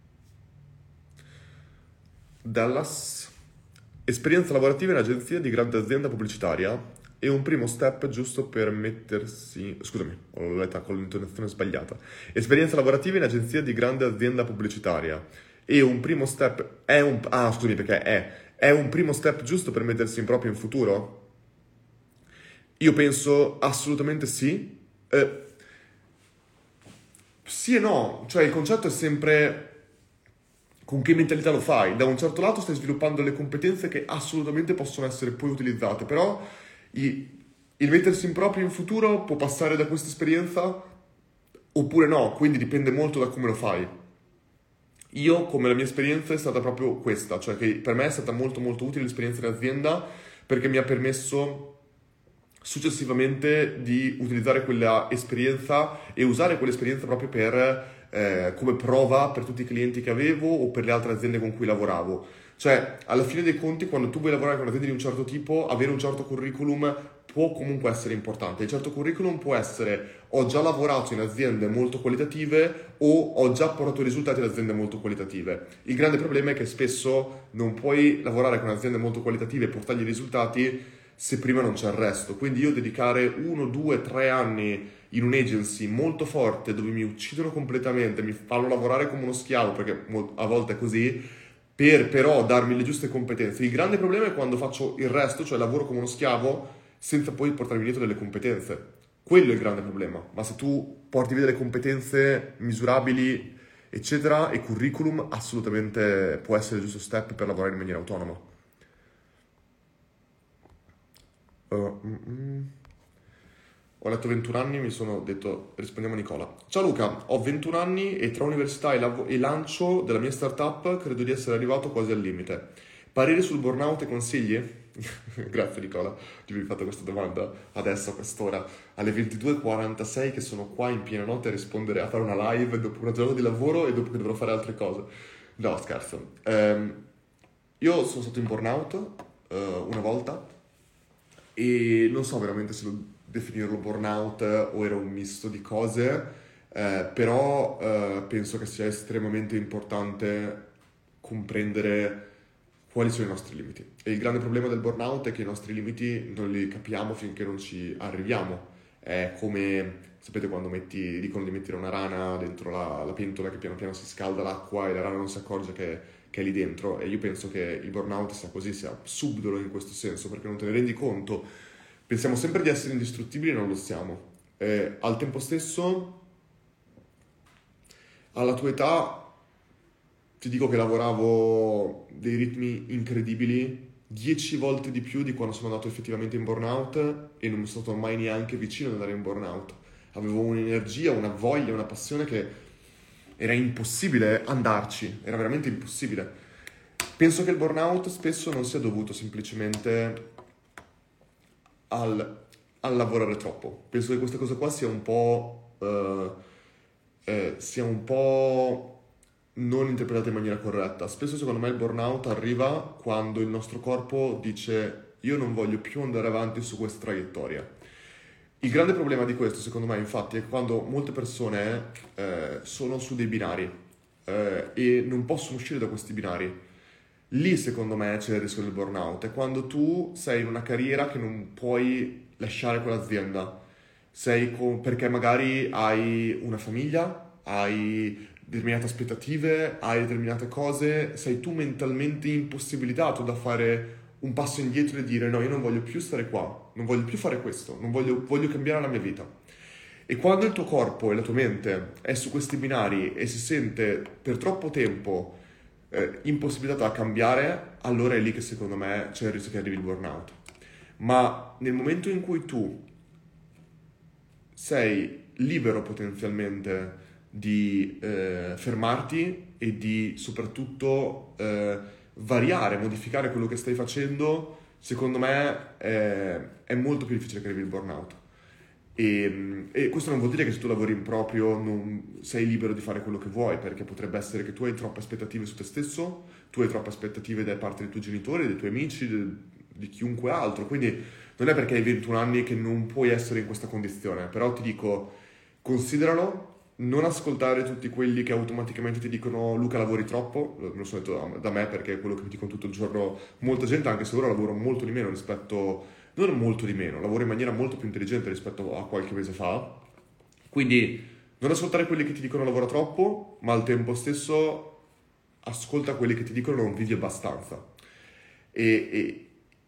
Dallas. Esperienza lavorativa in agenzia di grande azienda pubblicitaria e un primo step giusto per mettersi... Scusami, ho letto con l'intonazione sbagliata. Esperienza lavorativa in agenzia di grande azienda pubblicitaria e un primo step... È un... Ah, scusami, perché è... È un primo step giusto per mettersi in proprio in futuro? Io penso assolutamente sì. Eh, sì e no, cioè il concetto è sempre con che mentalità lo fai. Da un certo lato stai sviluppando le competenze che assolutamente possono essere poi utilizzate, però i- il mettersi in proprio in futuro può passare da questa esperienza oppure no, quindi dipende molto da come lo fai. Io, come la mia esperienza, è stata proprio questa, cioè che per me è stata molto molto utile l'esperienza in azienda perché mi ha permesso successivamente di utilizzare quella esperienza e usare quell'esperienza proprio per, eh, come prova per tutti i clienti che avevo o per le altre aziende con cui lavoravo. Cioè, alla fine dei conti, quando tu vuoi lavorare con un'azienda di un certo tipo, avere un certo curriculum può comunque essere importante. Il certo curriculum può essere ho già lavorato in aziende molto qualitative o ho già portato risultati in aziende molto qualitative. Il grande problema è che spesso non puoi lavorare con aziende molto qualitative e portargli risultati se prima non c'è il resto. Quindi io dedicare uno, due, tre anni in un'agency molto forte dove mi uccidono completamente, mi fanno lavorare come uno schiavo, perché mo- a volte è così, per però darmi le giuste competenze. Il grande problema è quando faccio il resto, cioè lavoro come uno schiavo, senza poi portarmi dietro delle competenze. Quello è il grande problema. Ma se tu porti via delle competenze misurabili, eccetera, e curriculum, assolutamente può essere il giusto step per lavorare in maniera autonoma. Uh, mm, mm. Ho letto ventuno anni, mi sono detto, rispondiamo a Nicola. Ciao Luca, ho ventuno anni e tra università e, lav- e lancio della mia startup credo di essere arrivato quasi al limite. Parere sul burnout e consigli? Grazie Nicola di avermi fatto questa domanda adesso a quest'ora, alle ventidue e quarantasei che sono qua in piena notte a rispondere, a fare una live dopo una giornata di lavoro e dopo che dovrò fare altre cose. No, scherzo. Ehm, io sono stato in burnout eh, una volta e non so veramente se lo definirlo burnout o era un misto di cose, eh, però eh, penso che sia estremamente importante comprendere quali sono i nostri limiti. E il grande problema del burnout è che i nostri limiti non li capiamo finché non ci arriviamo. È come, sapete, quando metti, dicono di mettere una rana dentro la, la pentola che piano piano si scalda l'acqua e la rana non si accorge che, che è lì dentro. E io penso che il burnout sia così, sia subdolo in questo senso, perché non te ne rendi conto. Pensiamo sempre di essere indistruttibili e non lo siamo. E al tempo stesso, alla tua età, ti dico che lavoravo dei ritmi incredibili, dieci volte di più di quando sono andato effettivamente in burnout e non mi sono stato mai neanche vicino ad andare in burnout. Avevo un'energia, una voglia, una passione che era impossibile andarci, era veramente impossibile. Penso che il burnout spesso non sia dovuto semplicemente al, al lavorare troppo. Penso che questa cosa qua sia un po', eh, eh, sia un po' non interpretata in maniera corretta. Spesso secondo me il burnout arriva quando il nostro corpo dice io non voglio più andare avanti su questa traiettoria. Il grande problema di questo, secondo me, infatti, è quando molte persone eh, sono su dei binari eh, e non possono uscire da questi binari. Lì, secondo me, c'è il rischio del burnout. È quando tu sei in una carriera che non puoi lasciare quell'azienda. Sei con- perché magari hai una famiglia, hai determinate aspettative, hai determinate cose, sei tu mentalmente impossibilitato da fare un passo indietro e dire no, io non voglio più stare qua, non voglio più fare questo, non voglio, voglio cambiare la mia vita. E quando il tuo corpo e la tua mente è su questi binari e si sente per troppo tempo eh, impossibilitata a cambiare, allora è lì che secondo me c'è il rischio che arrivi il burnout. Ma nel momento in cui tu sei libero potenzialmente di eh, fermarti e di soprattutto eh, variare, modificare quello che stai facendo, secondo me è, è molto più difficile che arrivi il burnout. E, e questo non vuol dire che se tu lavori in proprio non sei libero di fare quello che vuoi, perché potrebbe essere che tu hai troppe aspettative su te stesso, tu hai troppe aspettative da parte dei tuoi genitori, dei tuoi amici, di, di chiunque altro, quindi non è perché hai ventuno anni che non puoi essere in questa condizione, però ti dico, consideralo, non ascoltare tutti quelli che automaticamente ti dicono Luca lavori troppo, me lo sono detto da, da me perché è quello che mi dicono tutto il giorno molta gente, anche se ora lavoro molto di meno rispetto, non molto di meno, lavoro in maniera molto più intelligente rispetto a qualche mese fa, quindi non ascoltare quelli che ti dicono lavora troppo, ma al tempo stesso ascolta quelli che ti dicono non vivi abbastanza. E, e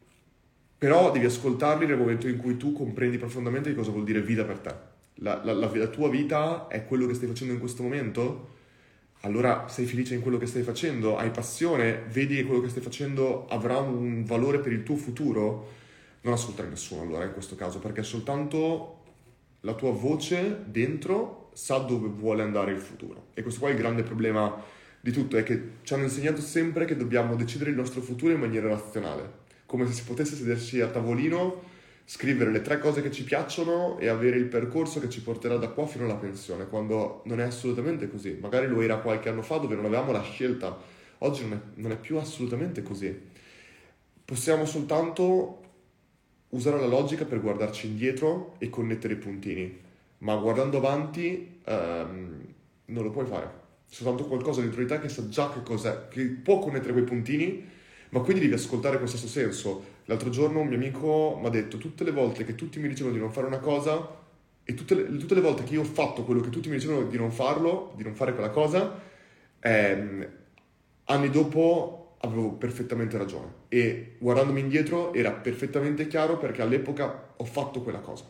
però devi ascoltarli nel momento in cui tu comprendi profondamente che cosa vuol dire vita per te. La, la, la, la tua vita è quello che stai facendo in questo momento? Allora sei felice in quello che stai facendo? Hai passione? Vedi che quello che stai facendo avrà un valore per il tuo futuro? Non ascoltare nessuno allora in questo caso, perché soltanto la tua voce dentro sa dove vuole andare il futuro. E questo qua è il grande problema di tutto, è che ci hanno insegnato sempre che dobbiamo decidere il nostro futuro in maniera razionale, come se si potesse sederci a tavolino, scrivere le tre cose che ci piacciono e avere il percorso che ci porterà da qua fino alla pensione, quando non è assolutamente così. Magari lo era qualche anno fa dove non avevamo la scelta, oggi non è, non è più assolutamente così. Possiamo soltanto usare la logica per guardarci indietro e connettere i puntini, ma guardando avanti ehm, non lo puoi fare. C'è soltanto qualcosa dentro di te che sa già che cos'è, che può connettere quei puntini, ma quindi devi ascoltare questo stesso senso. L'altro giorno un mio amico mi ha detto tutte le volte che tutti mi dicevano di non fare una cosa e tutte le, tutte le volte che io ho fatto quello che tutti mi dicevano di non farlo, di non fare quella cosa, ehm, anni dopo avevo perfettamente ragione e guardandomi indietro era perfettamente chiaro perché all'epoca ho fatto quella cosa.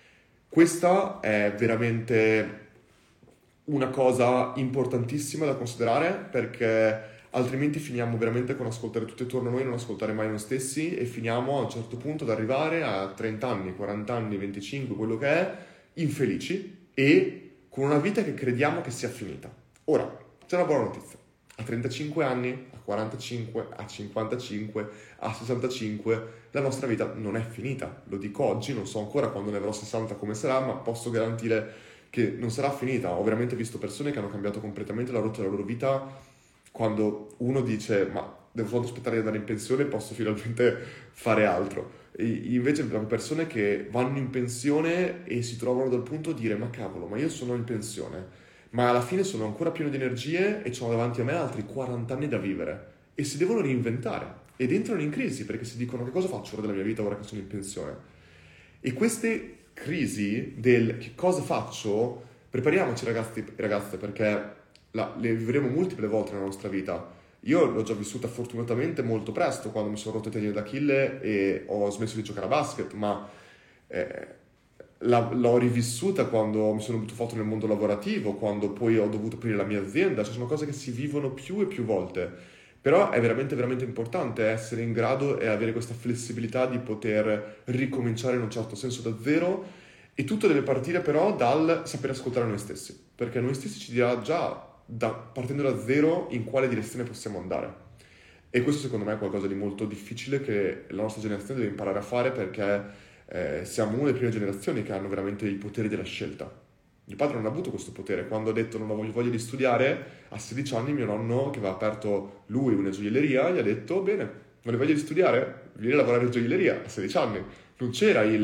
Questa è veramente una cosa importantissima da considerare perché altrimenti finiamo veramente con ascoltare tutto attorno a noi e non ascoltare mai noi stessi e finiamo a un certo punto ad arrivare a trenta anni, quaranta anni, venticinque, quello che è, infelici e con una vita che crediamo che sia finita. Ora, c'è una buona notizia. A trentacinque anni, a quarantacinque, a cinquantacinque, a sessantacinque, la nostra vita non è finita. Lo dico oggi, non so ancora quando ne avrò sessanta come sarà, ma posso garantire che non sarà finita. Ho veramente visto persone che hanno cambiato completamente la rotta della loro vita quando uno dice ma devo solo aspettare di andare in pensione e posso finalmente fare altro. E invece abbiamo persone che vanno in pensione e si trovano dal punto di dire ma cavolo, ma io sono in pensione, ma alla fine sono ancora pieno di energie e ho davanti a me altri quaranta anni da vivere e si devono reinventare ed entrano in crisi perché si dicono che cosa faccio ora della mia vita ora che sono in pensione. E queste crisi del che cosa faccio, prepariamoci ragazzi e ragazze perché la, le vivremo multiple volte nella nostra vita. Io l'ho già vissuta fortunatamente molto presto quando mi sono rotto i tendini d'Achille e ho smesso di giocare a basket, ma eh, la, l'ho rivissuta quando mi sono buttato nel mondo lavorativo, quando poi ho dovuto aprire la mia azienda, cioè sono cose che si vivono più e più volte. Però è veramente veramente importante essere in grado e avere questa flessibilità di poter ricominciare in un certo senso da zero e tutto deve partire però dal sapere ascoltare noi stessi, perché noi stessi ci dirà già da, partendo da zero in quale direzione possiamo andare. E questo secondo me è qualcosa di molto difficile che la nostra generazione deve imparare a fare perché eh, siamo una delle prime generazioni che hanno veramente i poteri della scelta. Mio padre non ha avuto questo potere. Quando ha detto non ho voglia di studiare, a sedici anni mio nonno, che aveva aperto lui una gioielleria, gli ha detto bene, non hai voglia di studiare? Vieni a lavorare in gioielleria a sedici anni. Non c'era il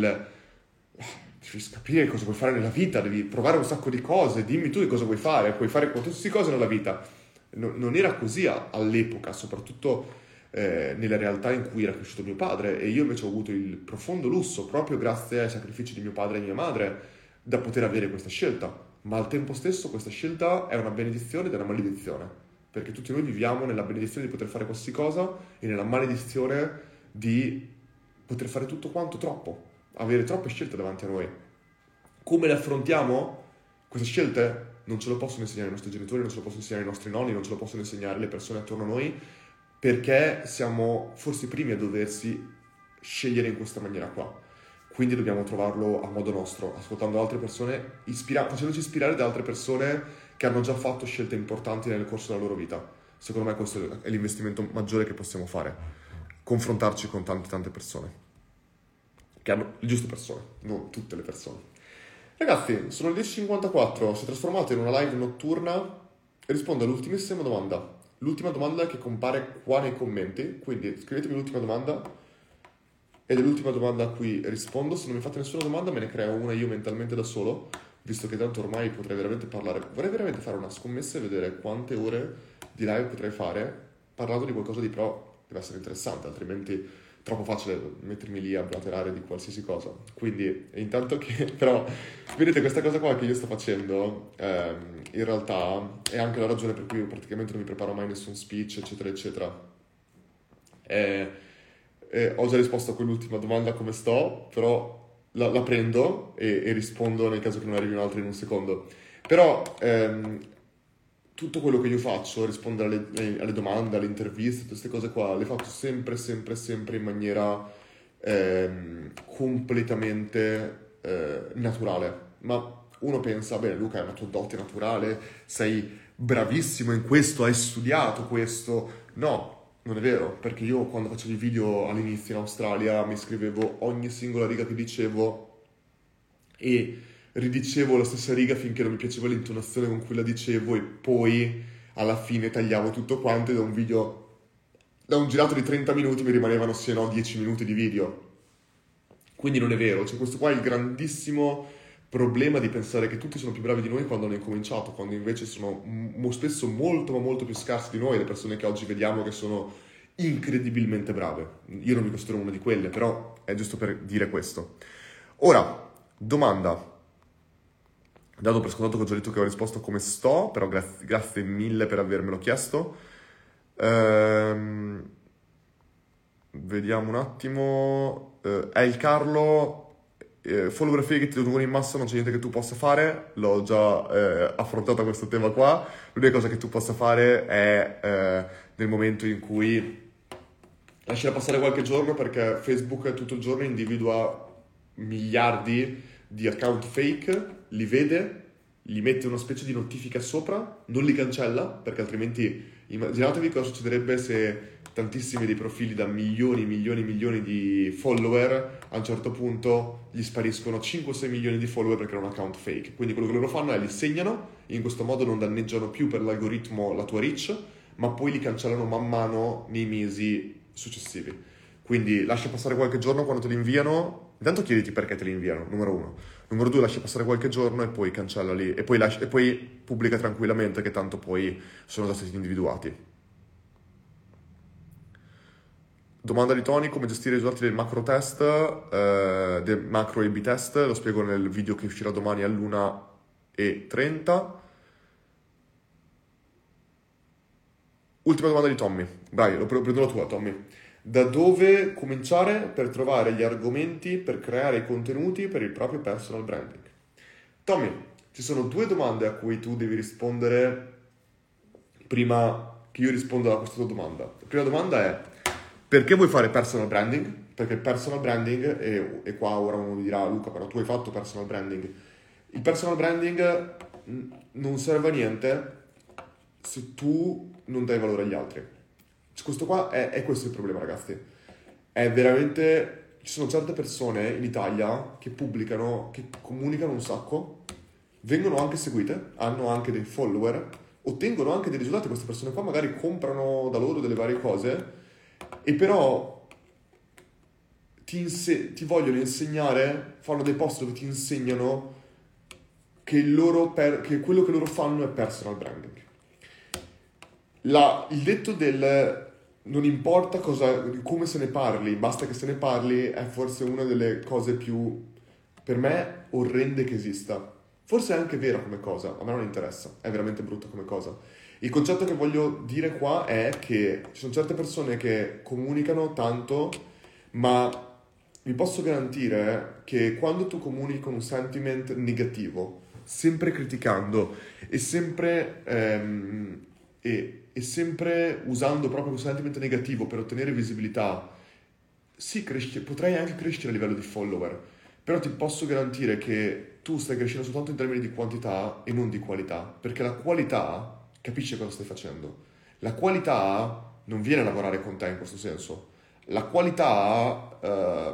devi capire cosa vuoi fare nella vita, devi provare un sacco di cose, dimmi tu che cosa vuoi fare, puoi fare qualsiasi cosa nella vita. No, non era così a, all'epoca, soprattutto eh, nella realtà in cui era cresciuto mio padre, e io invece ho avuto il profondo lusso, proprio grazie ai sacrifici di mio padre e mia madre, da poter avere questa scelta. Ma al tempo stesso questa scelta è una benedizione ed è una maledizione, perché tutti noi viviamo nella benedizione di poter fare qualsiasi cosa e nella maledizione di poter fare tutto quanto troppo, avere troppe scelte davanti a noi. Come le affrontiamo? Queste scelte non ce lo possono insegnare i nostri genitori, non ce lo possono insegnare i nostri nonni, non ce lo possono insegnare le persone attorno a noi, perché siamo forse i primi a doversi scegliere in questa maniera qua. quindi dobbiamo trovarlo a modo nostro, ascoltando altre persone, ispira- facendoci ispirare da altre persone che hanno già fatto scelte importanti nel corso della loro vita. Secondo me questo è l'investimento maggiore che possiamo fare, confrontarci con tante tante persone, che hanno le giuste persone, non tutte le persone. Ragazzi, sono le dieci e cinquantaquattro, si è trasformato in una live notturna e rispondo all'ultimissima domanda. L'ultima domanda che compare qua nei commenti, quindi scrivetemi l'ultima domanda ed è l'ultima domanda a cui rispondo. Se non mi fate nessuna domanda me ne creo una io mentalmente da solo, visto che tanto ormai potrei veramente parlare, vorrei veramente fare una scommessa e vedere quante ore di live potrei fare parlando di qualcosa di però deve essere interessante, altrimenti troppo facile mettermi lì a blaterare di qualsiasi cosa. Quindi, intanto che, però, vedete questa cosa qua che io sto facendo, ehm, in realtà è anche la ragione per cui io praticamente non mi preparo mai nessun speech, eccetera, eccetera. E, e ho già risposto a quell'ultima domanda come sto, però la, la prendo e, e rispondo nel caso che non arrivino altri in un secondo. Però ehm, tutto quello che io faccio, rispondere alle, alle domande, alle interviste, tutte queste cose qua, le faccio sempre, sempre, sempre in maniera ehm, completamente eh, naturale. Ma uno pensa, bene, Luca, è una tua dote naturale, sei bravissimo in questo, hai studiato questo. No, non è vero, perché io quando facevo i video all'inizio in Australia mi scrivevo ogni singola riga che dicevo e ridicevo la stessa riga finché non mi piaceva l'intonazione con cui la dicevo e poi alla fine tagliavo tutto quanto e da un video, da un girato di trenta minuti mi rimanevano se no dieci minuti di video. Quindi non è vero, cioè questo qua è il grandissimo problema di pensare che tutti sono più bravi di noi quando hanno incominciato, quando invece sono mo- spesso molto ma molto più scarse di noi le persone che oggi vediamo che sono incredibilmente brave. Io non mi considero una di quelle, però è giusto per dire questo. Ora, domanda. Dato per scontato che ho già detto che ho risposto come sto, però grazie, grazie mille per avermelo chiesto. Ehm, vediamo un attimo. Eh, è il Carlo. Eh, follower free che ti deducono in massa, non c'è niente che tu possa fare. L'ho già eh, affrontato questo tema qua. L'unica cosa che tu possa fare è eh, nel momento in cui lasciare passare qualche giorno, perché Facebook tutto il giorno individua miliardi di account fake, li vede, gli mette una specie di notifica sopra, non li cancella, perché altrimenti immaginatevi cosa succederebbe se tantissimi dei profili da milioni, milioni, milioni di follower a un certo punto gli spariscono cinque sei milioni di follower perché era un account fake. Quindi quello che loro fanno è li segnano, in questo modo non danneggiano più per l'algoritmo la tua reach, ma poi li cancellano man mano nei mesi successivi. Quindi lascia passare qualche giorno quando te li inviano. Intanto chiediti perché te li inviano, numero uno. Numero due, lascia passare qualche giorno e poi cancellali. E poi, lascia, e poi pubblica tranquillamente che tanto poi sono già stati individuati. Domanda di Tony, come gestire i risultati del macro test, eh, del macro A B test. Lo spiego nel video che uscirà domani all'una e trenta. Ultima domanda di Tommy. Vai, lo prendo la tua, Tommy. Da dove cominciare per trovare gli argomenti per creare i contenuti per il proprio personal branding? Tommy, ci sono due domande a cui tu devi rispondere prima che io risponda a questa tua domanda. La prima domanda è: perché vuoi fare personal branding? Perché il personal branding, e, e qua ora uno mi dirà, Luca, però tu hai fatto personal branding. Il personal branding non serve a niente se tu non dai valore agli altri. Questo qua è, è questo il problema, ragazzi. È veramente... Ci sono certe persone in Italia che pubblicano, che comunicano un sacco, vengono anche seguite, hanno anche dei follower, ottengono anche dei risultati. Queste persone qua magari comprano da loro delle varie cose e però ti, inse- ti vogliono insegnare, fanno dei post dove ti insegnano che, il loro per- che quello che loro fanno è personal branding. La, il detto del non importa cosa, come se ne parli, basta che se ne parli è forse una delle cose più, per me, orrende che esista. Forse è anche vera come cosa, a me non interessa, è veramente brutta come cosa. Il concetto che voglio dire qua è che ci sono certe persone che comunicano tanto, ma vi posso garantire che quando tu comunichi con un sentiment negativo, sempre criticando e sempre... Ehm, e, e sempre usando proprio un sentimento negativo per ottenere visibilità, sì, cresce, potrai anche crescere a livello di follower, però ti posso garantire che tu stai crescendo soltanto in termini di quantità e non di qualità, perché la qualità capisce cosa stai facendo. La qualità non viene a lavorare con te in questo senso. La qualità eh,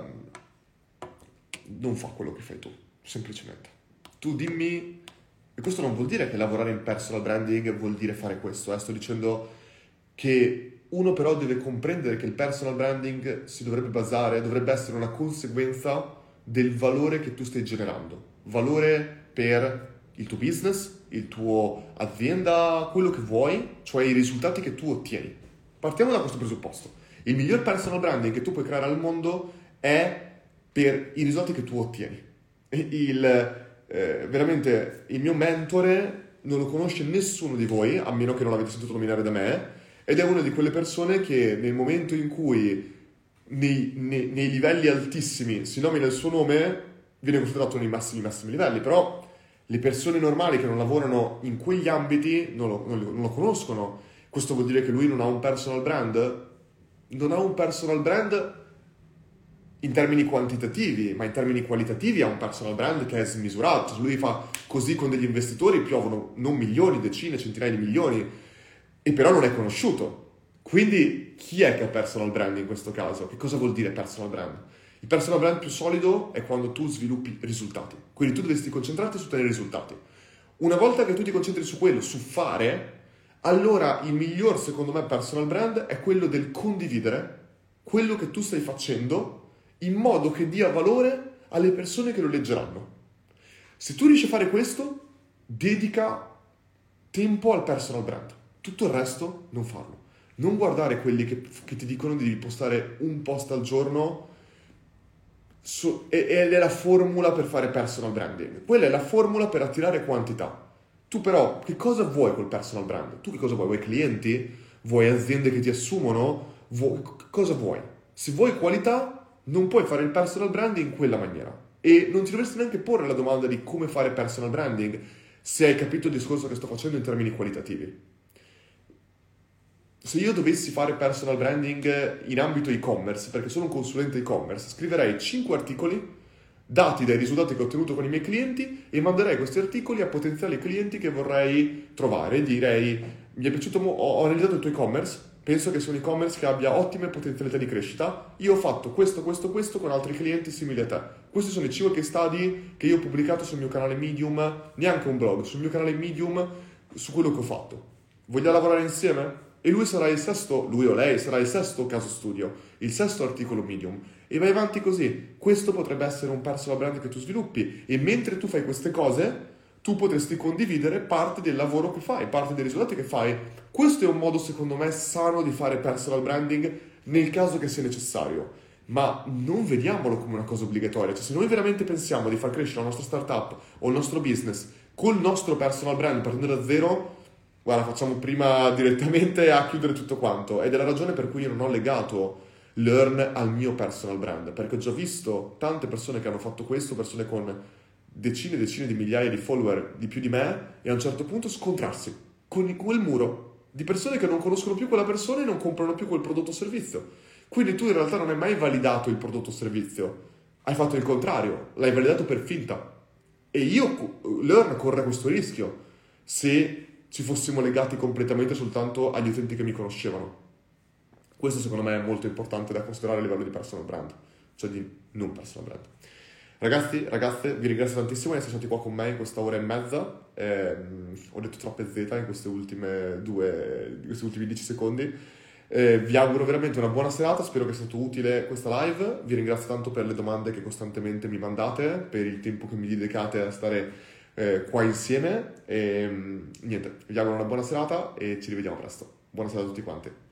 non fa quello che fai tu, semplicemente. Tu dimmi, e questo non vuol dire che lavorare in personal branding vuol dire fare questo, eh. Sto dicendo che uno però deve comprendere che il personal branding si dovrebbe basare, dovrebbe essere una conseguenza del valore che tu stai generando. Valore per il tuo business, il tuo azienda, quello che vuoi, cioè i risultati che tu ottieni. Partiamo da questo presupposto. Il miglior personal branding che tu puoi creare al mondo è per i risultati che tu ottieni. Il, eh, veramente il mio mentore non lo conosce nessuno di voi, a meno che non l'avete sentito nominare da me, ed è una di quelle persone che nel momento in cui nei, nei, nei livelli altissimi si nomina il suo nome, viene considerato nei massimi massimi livelli, però le persone normali che non lavorano in quegli ambiti non lo, non lo, non lo conoscono. Questo vuol dire che lui non ha un personal brand? Non ha un personal brand in termini quantitativi, ma in termini qualitativi ha un personal brand che è smisurato. Lui fa così con degli investitori, piovono non milioni, decine, centinaia di milioni, e però non è conosciuto. Quindi chi è che ha personal brand in questo caso? Che cosa vuol dire personal brand? Il personal brand più solido è quando tu sviluppi risultati. Quindi tu dovresti concentrarti su ottenere risultati. Una volta che tu ti concentri su quello, su fare, allora il miglior, secondo me, personal brand è quello del condividere quello che tu stai facendo in modo che dia valore alle persone che lo leggeranno. Se tu riesci a fare questo, dedica tempo al personal brand. Tutto il resto non farlo. Non guardare quelli che, che ti dicono di postare un post al giorno su, ed è la formula per fare personal branding. Quella è la formula per attirare quantità. Tu però, che cosa vuoi col personal brand? Tu che cosa vuoi? Vuoi clienti? Vuoi aziende che ti assumono? Vuoi, cosa vuoi? Se vuoi qualità, non puoi fare il personal branding in quella maniera. E non ti dovresti neanche porre la domanda di come fare personal branding se hai capito il discorso che sto facendo in termini qualitativi. Se io dovessi fare personal branding in ambito e-commerce, perché sono un consulente e-commerce, scriverei cinque articoli dati dai risultati che ho ottenuto con i miei clienti e manderei questi articoli a potenziali clienti che vorrei trovare. Direi, mi è piaciuto, mo- ho ho analizzato il tuo e-commerce, penso che sia un e-commerce che abbia ottime potenzialità di crescita, io ho fatto questo, questo, questo con altri clienti simili a te. Questi sono i cinque case study che io ho pubblicato sul mio canale Medium, neanche un blog, sul mio canale Medium, su quello che ho fatto. Vogliamo lavorare insieme? E lui sarà il sesto, lui o lei sarà il sesto caso studio, il sesto articolo Medium. E vai avanti così. Questo potrebbe essere un personal brand che tu sviluppi. E mentre tu fai queste cose, tu potresti condividere parte del lavoro che fai, parte dei risultati che fai. Questo è un modo, secondo me, sano di fare personal branding nel caso che sia necessario. Ma non vediamolo come una cosa obbligatoria. Cioè, se noi veramente pensiamo di far crescere la nostra startup o il nostro business col nostro personal brand partendo da zero, guarda, facciamo prima direttamente a chiudere tutto quanto. Ed è la ragione per cui io non ho legato Learn al mio personal brand, perché ho già visto tante persone che hanno fatto questo, persone con decine e decine di migliaia di follower di più di me, e a un certo punto scontrarsi con quel muro di persone che non conoscono più quella persona e non comprano più quel prodotto o servizio. Quindi tu in realtà non hai mai validato il prodotto o servizio, hai fatto il contrario, l'hai validato per finta. E io, Learn corre questo rischio se ci fossimo legati completamente soltanto agli utenti che mi conoscevano. Questo secondo me è molto importante da considerare a livello di personal brand, cioè di non personal brand. Ragazzi, ragazze, vi ringrazio tantissimo di essere stati qua con me in questa ora e mezza. Eh, ho detto troppe Z in queste ultime due, in questi ultimi dieci secondi. Eh, vi auguro veramente una buona serata, spero che sia stato utile questa live. Vi ringrazio tanto per le domande che costantemente mi mandate, per il tempo che mi dedicate a stare eh, qua insieme. E niente, vi auguro una buona serata e ci rivediamo presto. Buona serata a tutti quanti.